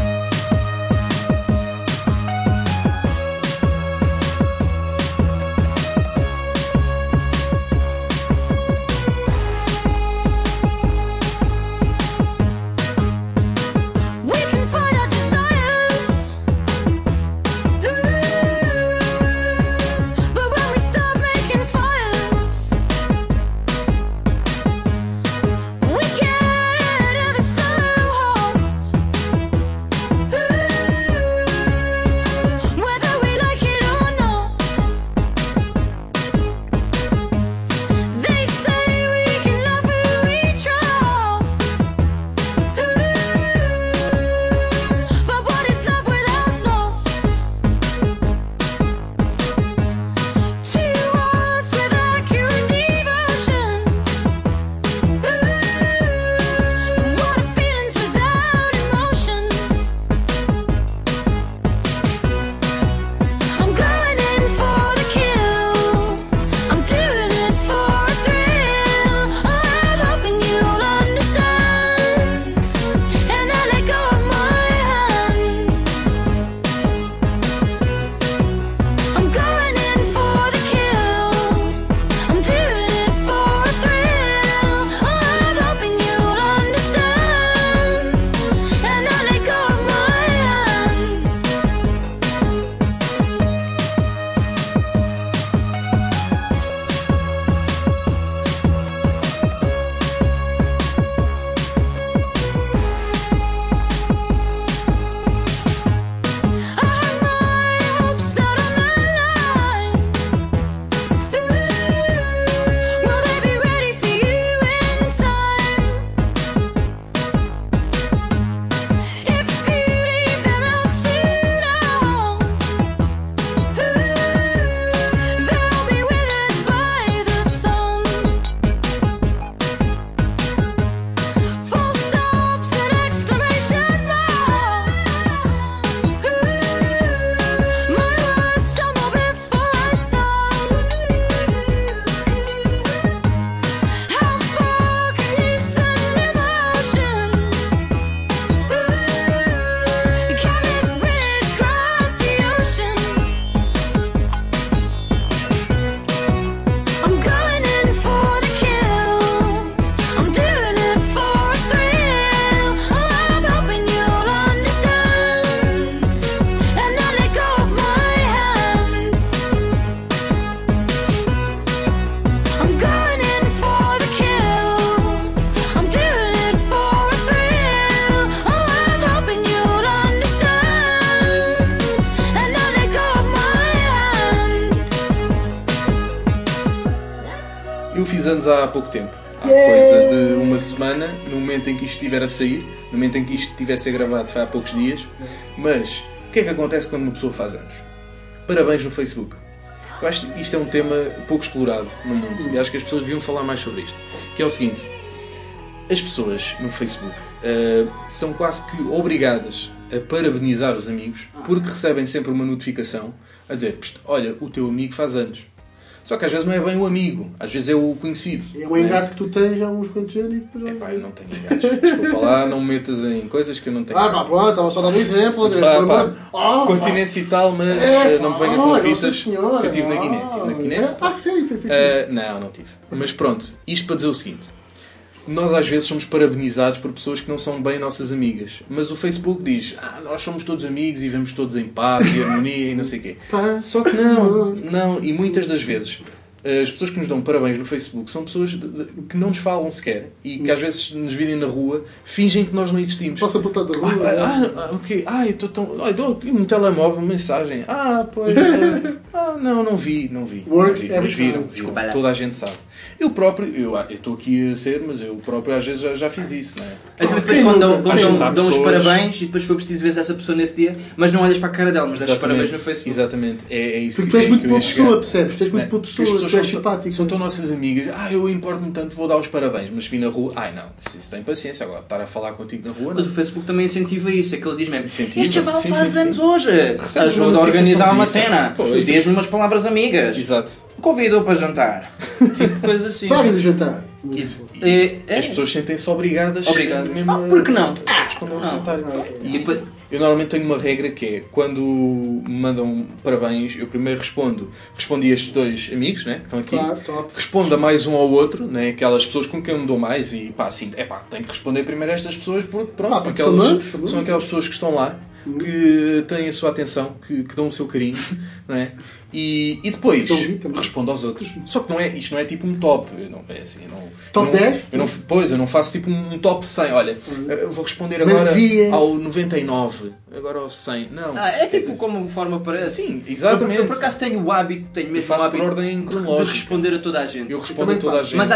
Eu fiz anos há pouco tempo. Há coisa de uma semana, no momento em que isto estiver a sair, no momento em que isto estivesse a ser gravado foi há poucos dias. Mas, o que é que acontece quando uma pessoa faz anos? Parabéns no Facebook. Eu acho que isto é um tema pouco explorado no mundo e acho que as pessoas deviam falar mais sobre isto. Que é o seguinte, as pessoas no Facebook são quase que obrigadas a parabenizar os amigos porque recebem sempre uma notificação a dizer, olha, o teu amigo faz anos. Só que às vezes não é bem o amigo, às vezes é o conhecido. É um engate que tu tens há uns quantos anos e depois... Epá, eu não tenho engates. Desculpa lá, não me metas em coisas que eu não tenho. Pronto, estava só a dar um exemplo. Continência e tal, mas não me venha com fitas que eu tive na Guiné. Tive na Guiné? Sim, tu fiz. Não tive. Mas pronto, isto para dizer o seguinte. Nós às vezes somos parabenizados por pessoas que não são bem nossas amigas. Mas o Facebook diz, nós somos todos amigos e vivemos todos em paz e harmonia e não sei o quê. Só que não. E muitas das vezes as pessoas que nos dão parabéns no Facebook são pessoas que não nos falam sequer e que às vezes nos virem na rua, fingem que nós não existimos. Posso apontar da rua? Ok. Eu estou tão... dou aqui um telemóvel, uma mensagem. Pois... não vi. Works mas every viram. time. Desculpa, toda a gente sabe. Eu próprio, eu estou aqui a ser, mas eu próprio às vezes já fiz isso, não é? Então depois quando dão os parabéns e depois foi preciso ver essa pessoa nesse dia, mas não olhas para a cara dela, mas dás os parabéns no Facebook. Exatamente, é isso. Porque tu és muito boa pessoa, percebes? Tu és muito boa pessoa, tu és simpático. São tão nossas amigas, eu importo-me tanto, vou dar os parabéns, mas vi na rua, não, isso tem paciência agora, estar a falar contigo na rua. Mas o Facebook também incentiva isso, é que ele diz mesmo, este chaval sim, faz anos hoje, recebe ajuda a organizar uma cena, Pois. diz-me umas palavras amigas. Exato. Convidou para jantar. Tipo coisa assim. Paguem no jantar. As pessoas sentem-se obrigadas. Mesmo por que não? A responder um comentário. Eu normalmente tenho uma regra que é, quando me mandam parabéns, eu primeiro respondi a estes dois amigos, né, que estão aqui. Claro, top. Respondo a mais um ao outro, né, aquelas pessoas com quem eu me dou mais e tenho que responder primeiro a estas pessoas porque pronto, são aquelas pessoas que estão lá, que têm a sua atenção, que dão o seu carinho, não é? E depois respondo aos outros. Só que isto não é tipo um top. Top 10? Eu não faço tipo um top 100. Olha, eu vou responder agora ao 99, agora ao 100. Não. É tipo como forma para... Sim, exatamente. Eu por acaso tenho o hábito, por ordem cronológica de responder a toda a gente. Eu respondo a toda a gente. Mas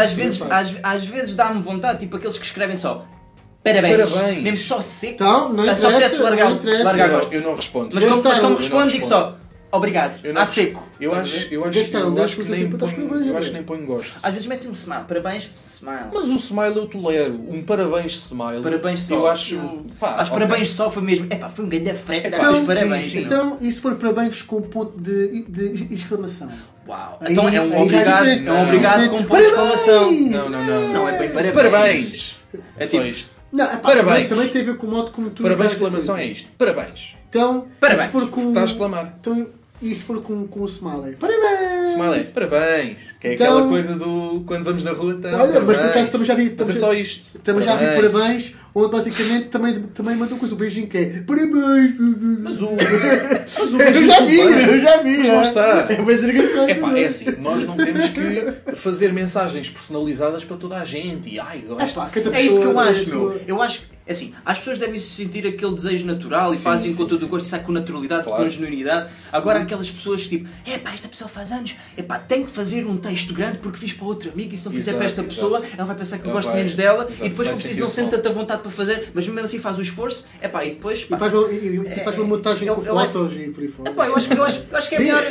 às vezes dá-me vontade, tipo aqueles que escrevem só parabéns. Mesmo só seco. Então, não interessa, só apetece largar a gosto. Eu não respondo. Mas como respondo, digo só obrigado. A seco. Eu acho que nem ponho gosto. Às vezes metem um smile. Parabéns, smile. Mas o smile eu tolero. Um parabéns smile. Parabéns só. Eu acho... parabéns só foi mesmo. Foi um grande frete. Parabéns. Então, e se for parabéns com ponto de exclamação? Uau. Então é um obrigado com ponto de exclamação. Não. Não é bem parabéns. Parabéns. É só tipo... isto. Parabéns. Também tem a ver com o modo como tu... Parabéns, exclamação é isto. Parabéns. Então, parabéns. Se for com... Estás a exclamar. Então, e se for com o smiley? Parabéns! Smiley, parabéns! Que é aquela coisa do... Quando vamos na rua... Olha, mas por acaso também já vi... Mas é só isto. Também já vi parabéns, onde basicamente também mandou coisa, um beijinho que é parabéns! Mas o beijinho... Eu já vi! Mas lá está. É uma desgraçada. É assim, nós não temos que fazer mensagens personalizadas para toda a gente. E é isso que eu acho, meu. Eu acho que, assim, as pessoas devem sentir aquele desejo natural e fazem com todo o gosto e sai com naturalidade, com genuinidade. Agora aquelas pessoas tipo, esta pessoa faz anos, tenho que fazer um texto grande porque fiz para outro amigo e se não fizer para esta pessoa, ela vai pensar que eu gosto menos dela e depois for preciso não sente tanta vontade para fazer, mas mesmo assim faz o esforço, e depois... E faz uma montagem com fotos e por aí fora. Eu acho que é melhor...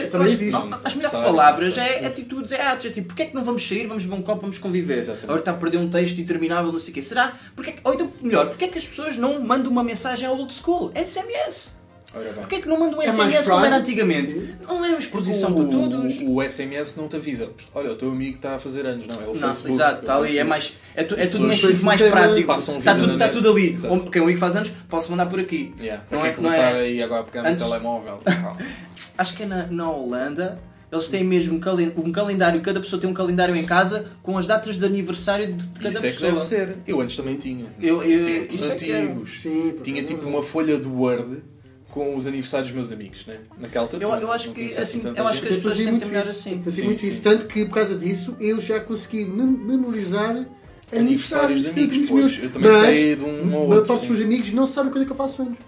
As melhores palavras é atitudes, é atos, é tipo, porque é que não vamos sair, vamos beber um copo, vamos conviver. Agora está a perder um texto interminável, não sei o quê. Será? Ou então, melhor, porque é que as pessoas não mandam uma mensagem ao old school? SMS. Porquê é que não mandam um SMS como era antigamente? Sim. Não é uma exposição para todos. O SMS não te avisa. Olha, o teu amigo está a fazer anos. Não, é o Facebook. Exato, está ali. É tudo mais prático. Está tudo ali. Quem o amigo faz anos, posso mandar por aqui. Não é que estar aí agora a pegar no telemóvel. Acho que é na Holanda. Eles têm mesmo um calendário, cada pessoa tem um calendário em casa com as datas de aniversário de cada pessoa. Isso é que deve ser. Eu antes também tinha. Tempos antigos. Tinha tipo uma folha de Word com os aniversários dos meus amigos, né? Naquela altura. Eu acho que as pessoas sentem melhor assim. Fazia muito isso. Tanto que por causa disso eu já consegui memorizar aniversários de amigos meus. Eu também sei de um ou outro. Mas os meus amigos não sabem quando é que eu faço anos.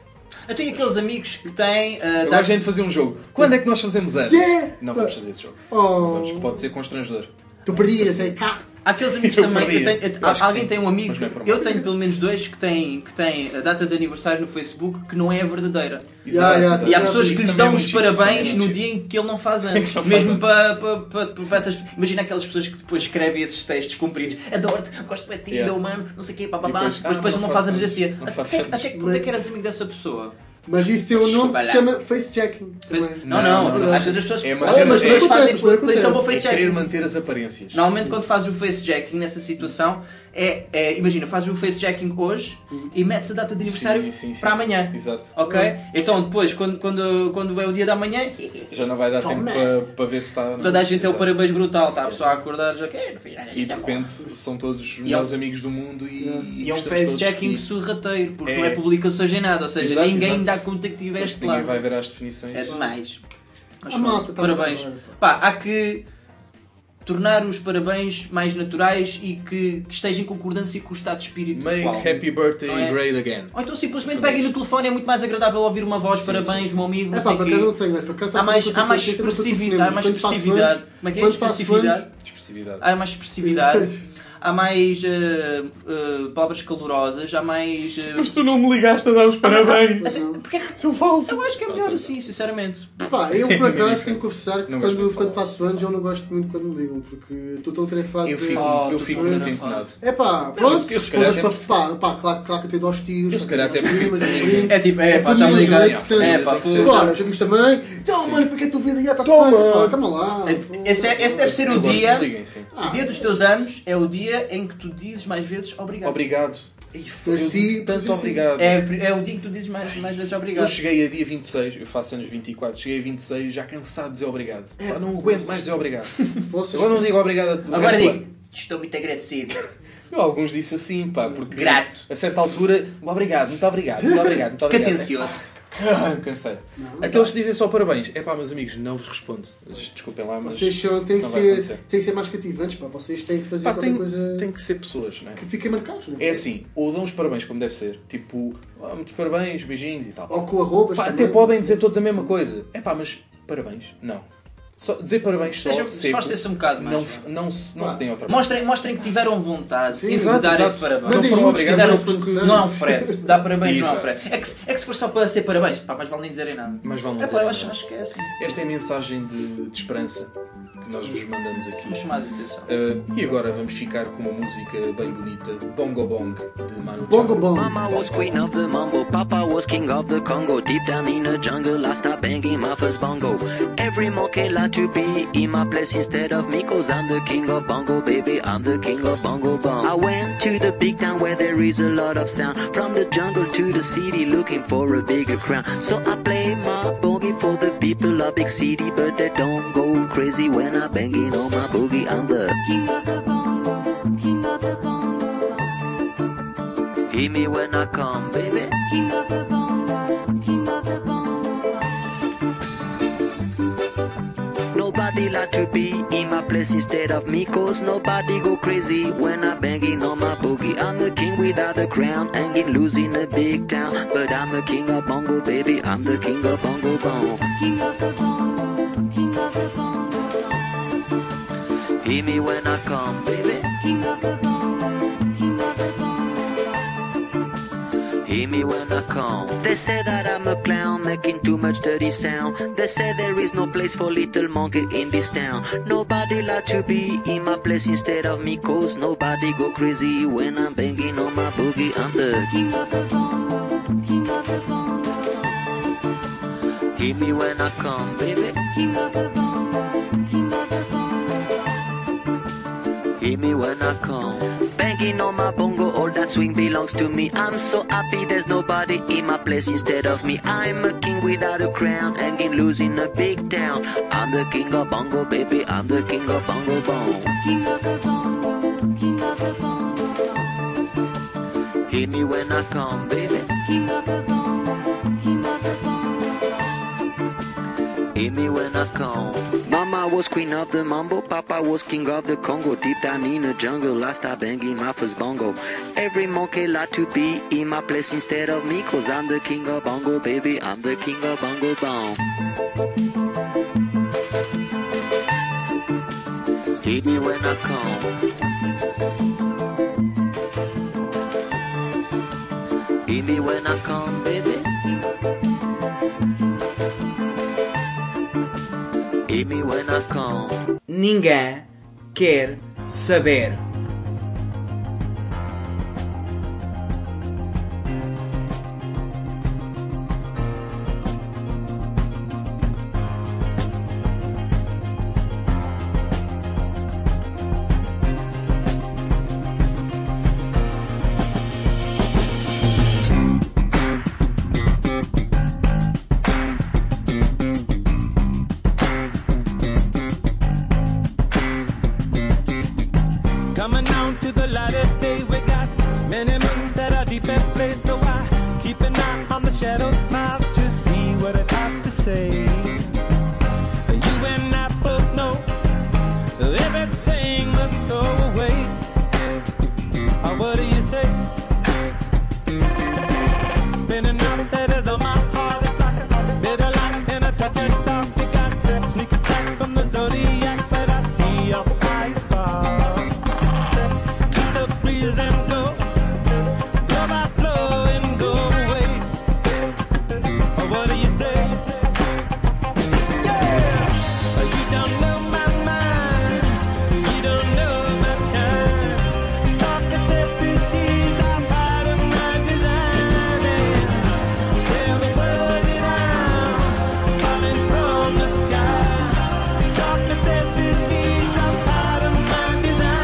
Eu tenho aqueles amigos que têm... a gente fazer um jogo. Quando é que nós fazemos anos? Não vamos fazer esse jogo. Não vamos, pode ser constrangedor. Tu perdias, hein? Há aqueles amigos também. Alguém tem um amigo. Eu tenho pelo menos dois que têm a data de aniversário no Facebook que não é a verdadeira. E há pessoas que lhes dão os parabéns no dia em que ele não faz anos. Mesmo para essas. Imagina aquelas pessoas que depois escrevem esses textos compridos. Adoro-te, gosto de ti, meu mano, não sei o quê, papapá. Mas depois ele não faz anos assim. Até quando é que eras amigo dessa pessoa? Mas isso tem um nome que se chama facejacking. Não. Às vezes as pessoas fazem só para o facejacking. Querer manter as aparências. Normalmente quando fazes o facejacking nessa situação, imagina, fazes o facejacking hoje e metes a data de aniversário para amanhã. Exato. Ok? Então depois, quando é o dia da manhã, já não vai dar tempo para ver se está... Toda a gente é o parabéns brutal, está a pessoa a acordar, já não fiz nada. E de repente são todos os melhores amigos do mundo e é um facejacking sorrateiro, porque não é publicações em nada, ou seja, ninguém dá conta que estiveste lá. Ninguém vai ver as definições. É demais. Mas, parabéns. Há que... tornar os parabéns mais naturais e que estejam em concordância com o estado de espírito Make atual. happy birthday Não é? great again. Ou então simplesmente peguem no telefone, é muito mais agradável ouvir uma voz, parabéns, meu amigo, não É sei pá, o por quê. acaso não tenho, mas por acaso Há mais expressividade, Como é que é? Expressividade. Há mais expressividade. Há mais palavras calorosas, há mais... Mas tu não me ligaste a dar os parabéns. Porque sou falso. Eu acho que é melhor assim, sinceramente. Pá, eu por acaso tenho que confessar que Não gosto muito de quando faço anos eu não gosto muito quando me ligam, porque estou tão tarefado. Eu fico muito entonado. É pá, pronto, eu se calhar respondas para claro que eu tenho dós tios. Eu se calhar até É tipo, pá, está ligado. Agora, já viste também? Então, mano, porque tu vida já está-se bem? Calma lá. Esse deve ser o dia. O dia dos teus anos é o dia em que tu dizes mais vezes obrigado. Obrigado. Tanto obrigado. É o dia que tu dizes mais vezes obrigado. Eu cheguei a dia 26, eu faço anos 24, cheguei a 26 já cansado de dizer obrigado. Não aguento mais dizer obrigado. Agora não digo obrigado a Agora digo, estou muito agradecido. Eu alguns disse assim, pá, porque grato. A certa altura, obrigado, muito obrigado. Que atencioso. Cansei. Aqueles que dizem só parabéns. É pá, meus amigos, não vos respondo. Desculpem lá, mas. Vocês têm que ser mais cativantes, pá. Vocês têm que fazer qualquer coisa. Tem que ser pessoas, não é? Que fiquem marcados, não é? É assim, ou dão os parabéns como deve ser, tipo, muitos parabéns, beijinhos e tal. Ou com arrobas. Pá, até podem dizer todos a mesma coisa. É pá, mas parabéns, não. Só dizer parabéns só. Esforcem-se um bocado mais. Não se tem outra. Mostrem que tiveram vontade de exato, dar esse parabéns. Não foram obrigados. Não é um frete. Dar parabéns não é um frete. É que se for só para ser parabéns, pá, mais vale nem dizerem nada. Mais vale não dizer nada. Acho que é assim. Esta é a mensagem de esperança que nós vos mandamos aqui. Uma chamada de atenção. E agora vamos ficar com uma música bem bonita, Bongo Bong, de Manu Chao. Bongo Bong. Mama was queen of the mambo, Papa was king of the Congo. Deep down in the jungle, I start banging my first bongo. Every monkey like to be in my place instead of me, 'cause I'm the king of bongo, baby, I'm the king of bongo bong. I went to the big town where there is a lot of sound, from the jungle to the city looking for a bigger crown. So I play my boogie for the people of big city, but they don't go crazy when I'm banging on my boogie. I'm the king of the bongo, king of the bongo. Hear me when I come, baby. King of the bongo, king of the bongo. Nobody like to be in my place instead of me, 'cause nobody go crazy when I'm banging on my boogie. I'm the king without the crown, hanging loose in a big town, but I'm the king of bongo, baby, I'm the king of bongo bong. King of the bongo, king of the bongo. Hear me when I come, baby. King of the bongo, king of the bongo. Hear me when I come. They say that I'm a clown, making too much dirty sound. They say there is no place for little monkey in this town. Nobody like to be in my place instead of me, 'cause nobody go crazy when I'm banging on my boogie. I'm the king of the bongo, king of the bongo. Hear me when I come, baby. King of the bongo, king of the bongo. Hear me when I come. Banging on my bongo, all that swing belongs to me. I'm so happy there's nobody in my place instead of me. I'm a king without a crown, hanging loose in a big town. I'm the king of bongo, baby, I'm the king of bongo bong. King of the bongo, king of the bongo. Hear me when I come, baby. King of the bongo, king of the bongo. Hear me when I come. Mama was queen of the mambo, Papa was king of the Congo. Deep down in the jungle, I start banging my first bongo. Every monkey like to be in my place instead of me, 'cause I'm the king of bongo, baby, I'm the king of bongo bong. Hear me when I come. Hear me when I come, baby. Hear me when I come. Ninguém quer saber. Coming down to the light of day, we got many moons that are deep in place. So I keep an eye on the shadow smile to see what it has to say. You and I both know everything What do you say? Spinning out letters on my heart. It's like a bitter light and a touch of dark. You got sneak attack from the zodiac, but I see your eyes spark. Keep the breeze and go, blow by blow and go away. What do you say? Yeah, you don't know my mind, you don't know my kind. Dark necessities are part of my design. And tell the world that I'm falling from the sky. Dark necessities are part of my design.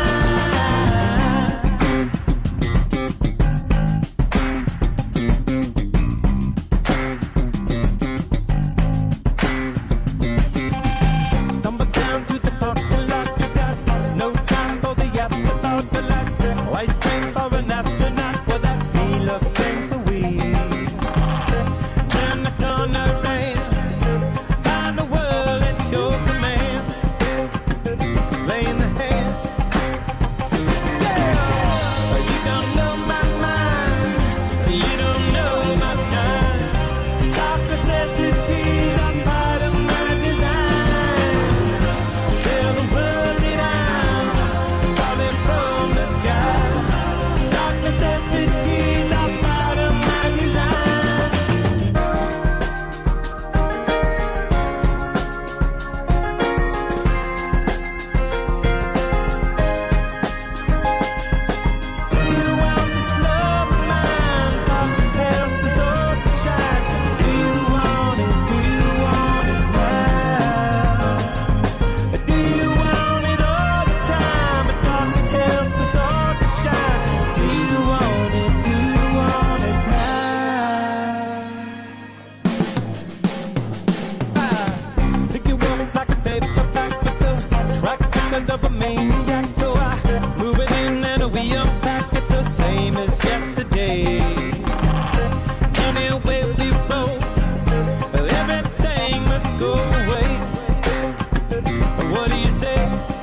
Stumble down to the parking lot. You got no time for the afterthought. But like ice cream for an astronaut. Well, that's me looking for weed. Turn the corner and find the world at your command. Laying the hand. Yeah, you don't know my mind. You don't know my kind. Dark necessities are part of my design. Tell the world that I'm falling from the sky. Dark necessities are part of my design. Do you want this love of mine? Darkness helps us all to shine. Do you want it? Do you want it now? Do you want it all the time? But darkness helps us all to shine. Do you want it? Do you want it now? Pick you up like a paperback with the track record of a maniac. So I move it in and we unpack. It's the same as yesterday. Anyway we roll, everything must go away. What do you say?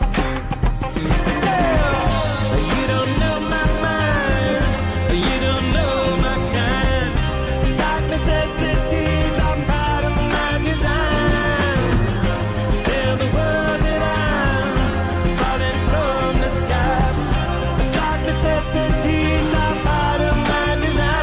Yeah, you don't know my mind, you don't know my kind. Dark necessities are part of my design. Tell the world that I'm falling from the sky. Dark necessities are part of my design.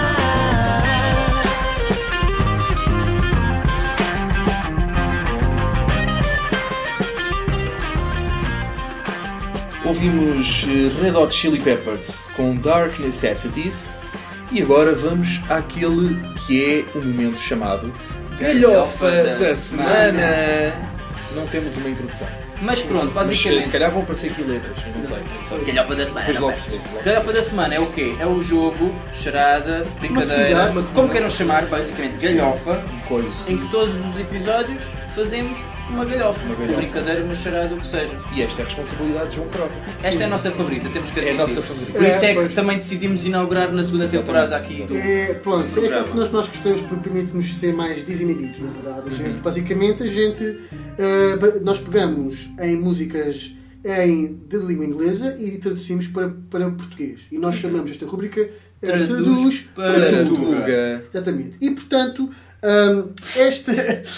Ouvimos Red Hot Chili Peppers com Dark Necessities e agora vamos àquele que é o momento chamado Galhofa da Semana. Não temos uma introdução. Mas pronto, Mas, basicamente. se calhar vão aparecer aqui letras, eu não sei. Galhofa da semana. Depois logo se vê. Galhofa da semana é o quê? É o jogo, charada, brincadeira, como queiram chamar, basicamente galhofa, em que todos os episódios fazemos uma galhofa. Uma brincadeira, uma charada, o que seja. E esta é a responsabilidade de João Croca. Esta é a nossa favorita, temos que É a admitir. nossa favorita. Por isso é que pois. também decidimos inaugurar na segunda temporada aqui. Pronto, é aquilo que nós gostamos porque permite-nos ser mais desinibidos, na verdade. A gente, basicamente, nós pegamos em músicas de língua inglesa e traduzimos para português. E nós chamamos esta rubrica Traduz para Tuga. Exatamente. E, portanto, este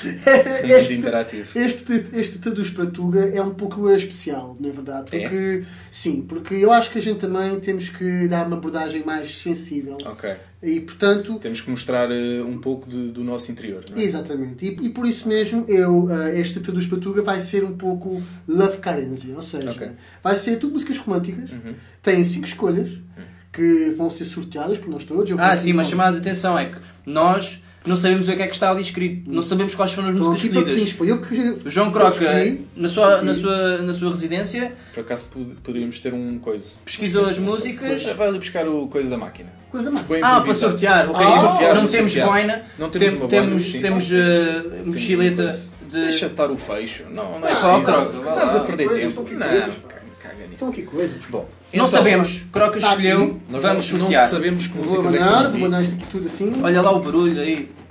Traduz para Tuga é um pouco especial, não é verdade? Porque, sim, porque eu acho que a gente também temos que dar uma abordagem mais sensível. Ok. E, portanto... Temos que mostrar um pouco do nosso interior, não é? Exatamente. E por isso mesmo, este Traduz para Tuga vai ser um pouco love currency. Ou seja, vai ser tudo músicas românticas. Tem 5 escolhas que vão ser sorteadas por nós todos. Sim, mas chamada de atenção é que nós não sabemos o que é que está ali escrito. Não sabemos quais foram as músicas escolhidas. O João Croca, na sua residência... Por acaso poderíamos ter um coisa. Pesquisou as músicas... Vai ali buscar o coisa da máquina. Para sortear. Não temos boina. Não temos uma boina. Temos mochileta de... Deixa de estar o fecho. Não é preciso. Estás a perder tempo. Caga nisso. Estão aqui coisas. Bom, não sabemos. Croca escolheu. Nós vamos sortear. não sabemos que músicas vou mandar isto aqui tudo assim. Olha lá o barulho aí.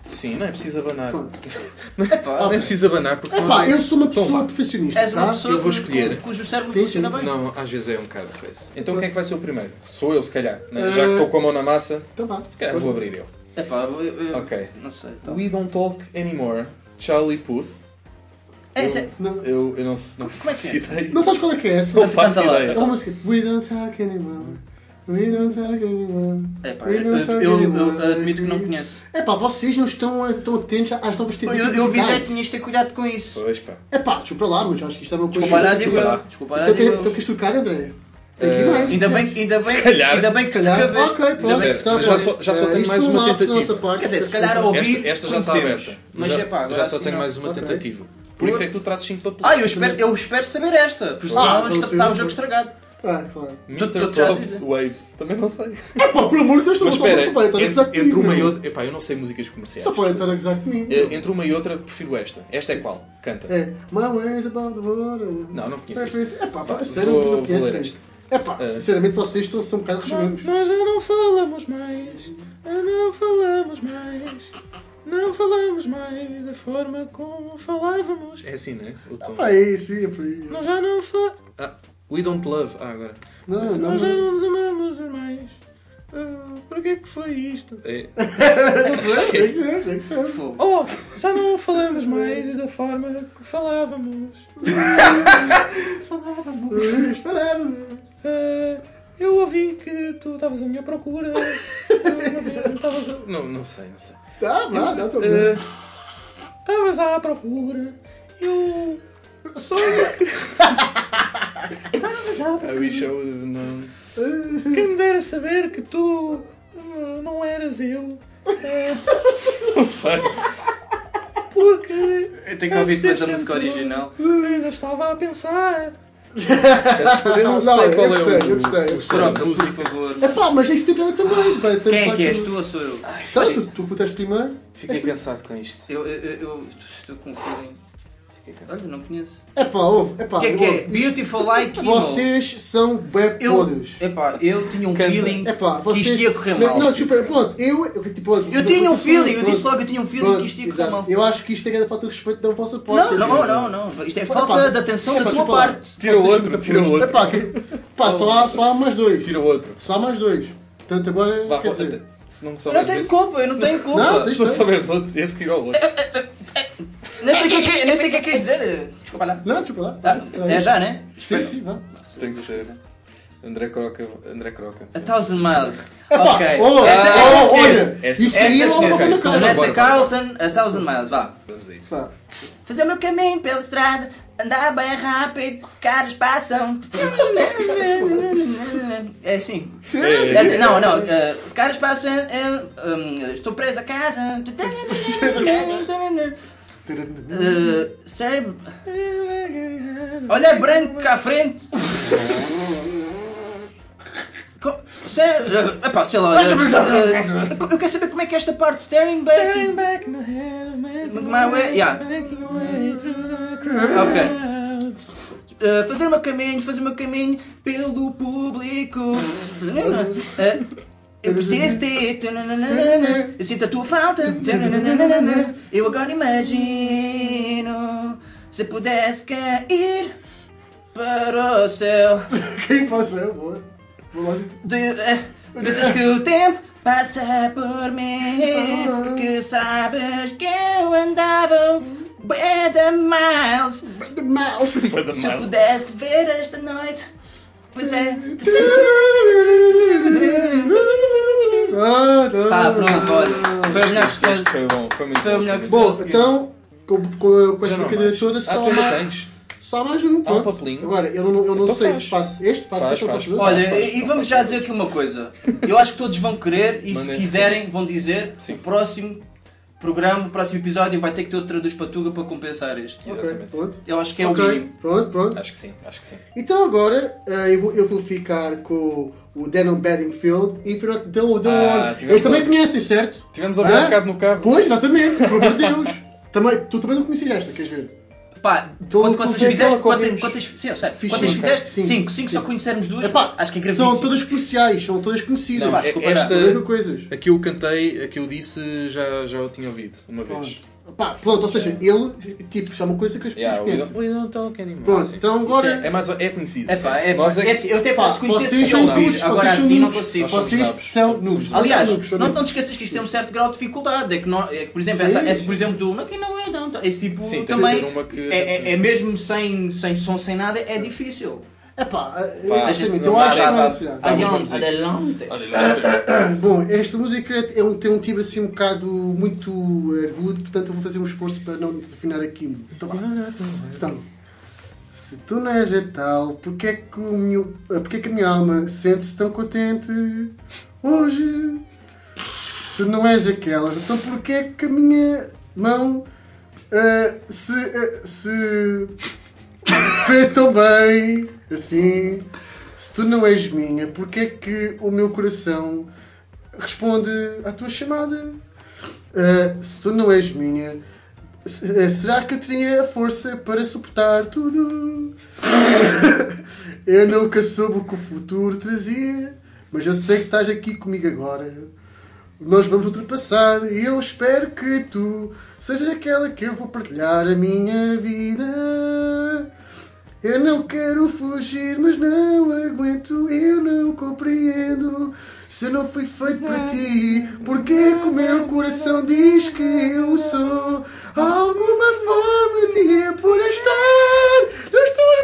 Sim, não é preciso abanar. Pronto. Não é preciso abanar porque... Epá, eu sou uma Então pessoa vá. profissionista. És uma tá? pessoa Eu vou escolher. cujo cérebro Sim, funciona sim. bem. Não, às vezes é um bocado coisa. Então quem é que vai ser o primeiro? Sou eu, se calhar. Né? Já que estou com a mão na massa, Então vá. se calhar vou abrir eu. Epá, eu Ok. não sei. Então. We Don't Talk Anymore, Charlie Puth. Não. Eu não Como é que faço é? ideia. Não sabes qual é que é essa? Não faço Canta lá. ideia. É uma música. We don't talk anymore. We don't talk anymore. Epá, We don't talk eu anymore. admito que não conheço. Epá, vocês não estão tão atentos às novas tendências Eu avisei musicais. que tinhas de ter cuidado com isso. Pois pá. Epá, desculpa lá, mas acho que isto é uma coisa... Desculpa lá, digo eu. Desculpa lá, Então digo eu. queres trocar, André? Tem que ir mais. Ainda bem Se calhar. que calhar. acabei. Ok, pronto. Espera, Está já bom. só tenho Isto mais não uma há da tentativa. nossa parte. Quer dizer, se calhar a ouvir, Esta já está conhecemos. aberta. Mas já, epá, agora já só assim tenho não. mais uma Ok. tentativa. Por isso é que tu trazes 5 papéis. Eu espero saber esta. Porque Ah, senão está o jogo estragado. Ah, claro. Mr. já Props dizem. Waves. Também não sei. Epá, pelo amor de Deus, Mas só espera, pode estar a gozar entre comigo. uma e meu. outra... Epá, eu não sei músicas comerciais. Só pode estar a gozar comigo. Entre uma e outra, prefiro esta. Esta é qual? Canta. É, My ways above the water. Não, não conheço isto. Epá, Vá, sério, vou não ler conheço esta. isto. Epá, sinceramente vocês são um bocado regimentos. Nós já não falamos mais. Não falamos mais. Não falamos mais da forma como falávamos. É assim, não é? O tom. Pá, é isso, é por aí. Nós já não falamos. We don't love. Agora. Não. Nós já não nos amamos mais. Para que é que foi isto? É. Não sei, tem que ser. Oh, já não falamos mais da forma que falávamos. Eu ouvi que tu estavas à minha procura. Não sei. Tá, não, estou bem. Estavas à procura. Eu sou. I wish I would have known. Quem me dera saber que tu não eras eu. Não sei. Porque. Eu tenho que ouvir depois a música original. Ainda estava a pensar. Eu não sei qual é eu o gostei. som da Por música. favor. Epá, mas isto tem piada também. Pá, tem Quem é parte que és? do- Tu ou sou eu? Estás tu pudeste primeiro? Fiquei cansado com isto. Eu estou com um feeling. Olha, não conheço. Epá, ouve. Epá, O que é que é? ouve. Beautiful Like Emo. Vocês são bem podres. Eu tinha um feeling Epá, que vocês... isto ia correr mal. Não, desculpa, pronto. Eu tinha um feeling, eu disse logo que eu tinha um feeling que isto ia correr exato. mal. Eu acho que isto é grande falta de respeito da vossa parte. Não. Isto é falta de atenção da tua desculpa lá. parte. Tira o Vocês outro, são tira o outro. Epá, só há mais dois. Tira o outro. Só há mais dois. Portanto, agora. Vá, quer dizer, se não Eu souberes não tenho esse- culpa, eu não tenho culpa. Não, Se não souberes outro, esse tira o outro. Nem sei o que é que quer dizer. Desculpa lá. Não, desculpa lá. É já, né? Sim, vá. Tem que ser. André Croca. A Thousand Miles. Epá, Ok. olha, esta- isso aí é logo esta- uma ok. cara. Vanessa bora. Carlton, A Thousand Miles, vá. Vamos a isso. Vá. Fazer o meu caminho pela estrada, andar bem rápido, caras passam. É assim. Não, caras passam, estou preso a casa. Cérebro. Olha branco cá à frente. Epá, sei lá. Eu quero saber como é que é esta parte. Staring back. My way. Yeah. Ok. Fazer o meu caminho pelo público. Eu preciso de ti. Eu sinto a tua falta. Eu agora imagino se pudesse cair para o céu. Quem para o céu, boa. Pensas que o tempo passa por mim, porque sabes que eu andava bué de miles. Se eu pudesse ver esta noite, pois é. Pá, pronto, olha. Foi a melhor resposta. Foi bom, foi muito Foi a bom. melhor que se Bom, conseguiu. então, com esta Já não há brincadeira mais. toda, Tu ainda tens? só há mais um. Há um Pronto. papelinho. Agora, eu não Então sei faz. se faço este, faço este ou Faz. faço outro. Olha, e vamos já dizer aqui uma coisa. Eu acho que todos vão querer e se Mandem quiserem isso. vão dizer Sim. o próximo programa, o próximo episódio vai ter que ter outra dos Patuga para compensar este. Ok, Exatamente. pronto. Eu acho que é Ok, o mínimo. Pronto. Acho que sim. Então agora eu vou ficar com o Denon Bedingfield e The One. tivemos Eles também a- conhecem, certo? Tivemos a ouvir um bocado no carro. Pois, exatamente, pelo amor de Deus. Tu também não conhecias esta, queres ver? Pá, quantas fizeste? 5 só conhecermos 2. Acho que é gravíssimo. São todas cruciais, são todas conhecidas. Não, a que eu cantei, a que eu disse, já o tinha ouvido uma vez. Pronto, ou seja, ele, tipo, é uma coisa que as pessoas conhecem. Pronto, então agora... É conhecido. Eu até posso conhecer se eu ouvir, agora assim não consigo. Vocês são noobs. Aliás, não te esqueças que isto tem um certo grau de dificuldade. É que, por exemplo, esse por exemplo do... Aqui não é, não. Esse tipo também, é mesmo sem som, sem nada, é difícil. Eu acho adelante. Bom, esta música tem um timbre assim um bocado muito agudo, portanto eu vou fazer um esforço para não desafinar aqui. Então, se tu não és a tal, porque é que a minha alma sente-se tão contente hoje? Se tu não és aquela, então porque é que a minha mão se vê tão bem assim? Se tu não és minha, porque é que o meu coração responde à tua chamada? Se tu não és minha, será que eu teria a força para suportar tudo? Eu nunca soube o que o futuro trazia, mas eu sei que estás aqui comigo agora. Nós vamos ultrapassar e eu espero que tu sejas aquela que eu vou partilhar a minha vida. Eu não quero fugir, mas não aguento, eu não compreendo. Se eu não fui feito para ti, porque que o meu coração diz que eu sou? Alguma forma de eu poder estar nos teus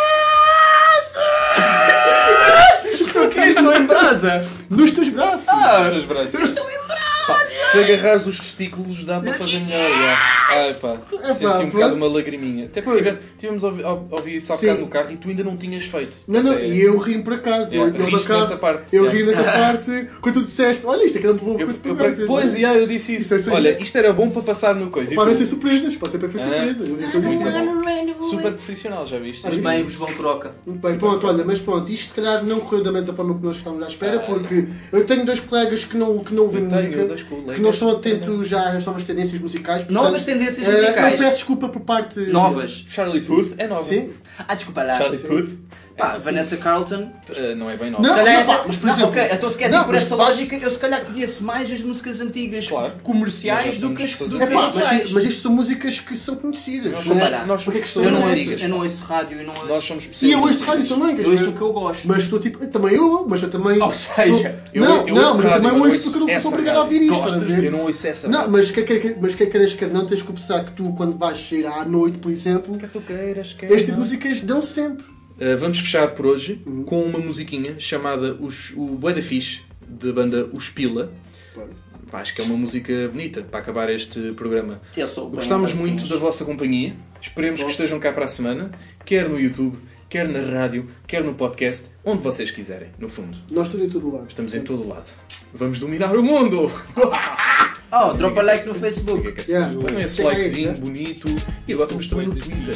braços. Estou em brasa. Nos teus braços. Nos teus braços. Estou em brasa. Se agarrares os testículos dá para fazer melhor. Senti um bocado uma lagriminha. Até porque tivemos a ouvir isso há bocado no carro e tu ainda não tinhas feito. Não, e eu ri por acaso. Eu ri nessa parte quando tu disseste, olha, isto é que era uma boa coisa para o Pois, eu disse isso. Olha, isto era bom para passar no coisa. Podem ser surpresas, pode ser para ser surpresas. Super profissional, já viste? Mas bem, vos vão troca. Bem, pronto, olha, mas pronto, isto se calhar não correu da forma que nós estávamos à espera, porque eu tenho 2 colegas que não ouvem música, que não estão atentos já às novas tendências musicais. Portanto, novas tendências musicais? Eu peço desculpa por parte... Novas. Charlie Puth é nova. Sim. Desculpa lá. Charlie Puth. Vanessa Carlton. Não é bem nova. Não, mas por exemplo... Então se queres ir por essa lógica, eu se calhar conheço mais as músicas antigas comerciais do que as atuais. Mas isto são músicas que são conhecidas. Nós somos pessoas antigas. Eu não ouço rádio. Nós somos pessoas. E eu ouço rádio também. Eu ouço o que eu gosto. Mas estou tipo... Também eu, mas eu também... Ou seja... Não, mas eu também ouço porque eu não sou obrigado a ouvir isto. Eu não ouço essa. Não, mas quer queiras, quer não, tens de confessar que tu, quando vais sair à noite, por exemplo, quer tu queiras, quer este tipo de músicas dão sempre. Vamos fechar por hoje com uma musiquinha chamada o Bué da Fixe, da banda Os Pila. Acho que é uma música bonita para acabar este programa. Gostámos muito da vossa companhia. Esperemos que estejam cá para a semana, quer no YouTube, quer na rádio, quer no podcast, onde vocês quiserem, no fundo. Nós estamos em todo lado. Estamos em todo lado. Vamos dominar o mundo! Dropa like no Facebook. Põe esse likezinho bonito. E agora estamos também no Twitter.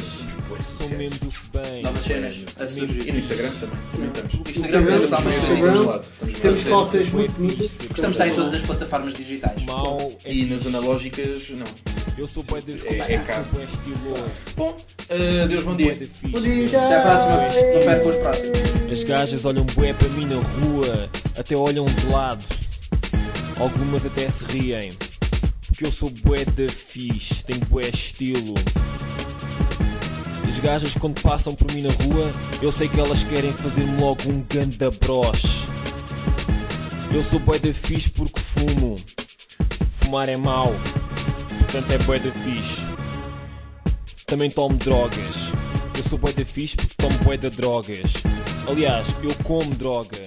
Novas cenas a surgir. E no Instagram também. Instagram já está mais temos calças muito bonitas. Estamos em todas as plataformas digitais. E nas analógicas, não. Eu sou bué de é caro. Bom, Deus, bom dia. Bom dia. Até à próxima. Não percam os próximos. As gajas olham bué para mim na rua, até olham de lado. Algumas até se riem, porque eu sou bué da fixe, tenho bué estilo. As gajas quando passam por mim na rua, eu sei que elas querem fazer-me logo um ganda broche. Eu sou bué da fixe porque fumo. Fumar é mau, portanto é bué da fixe. Também tomo drogas. Eu sou bué da fixe porque tomo bué de drogas. Aliás, eu como drogas.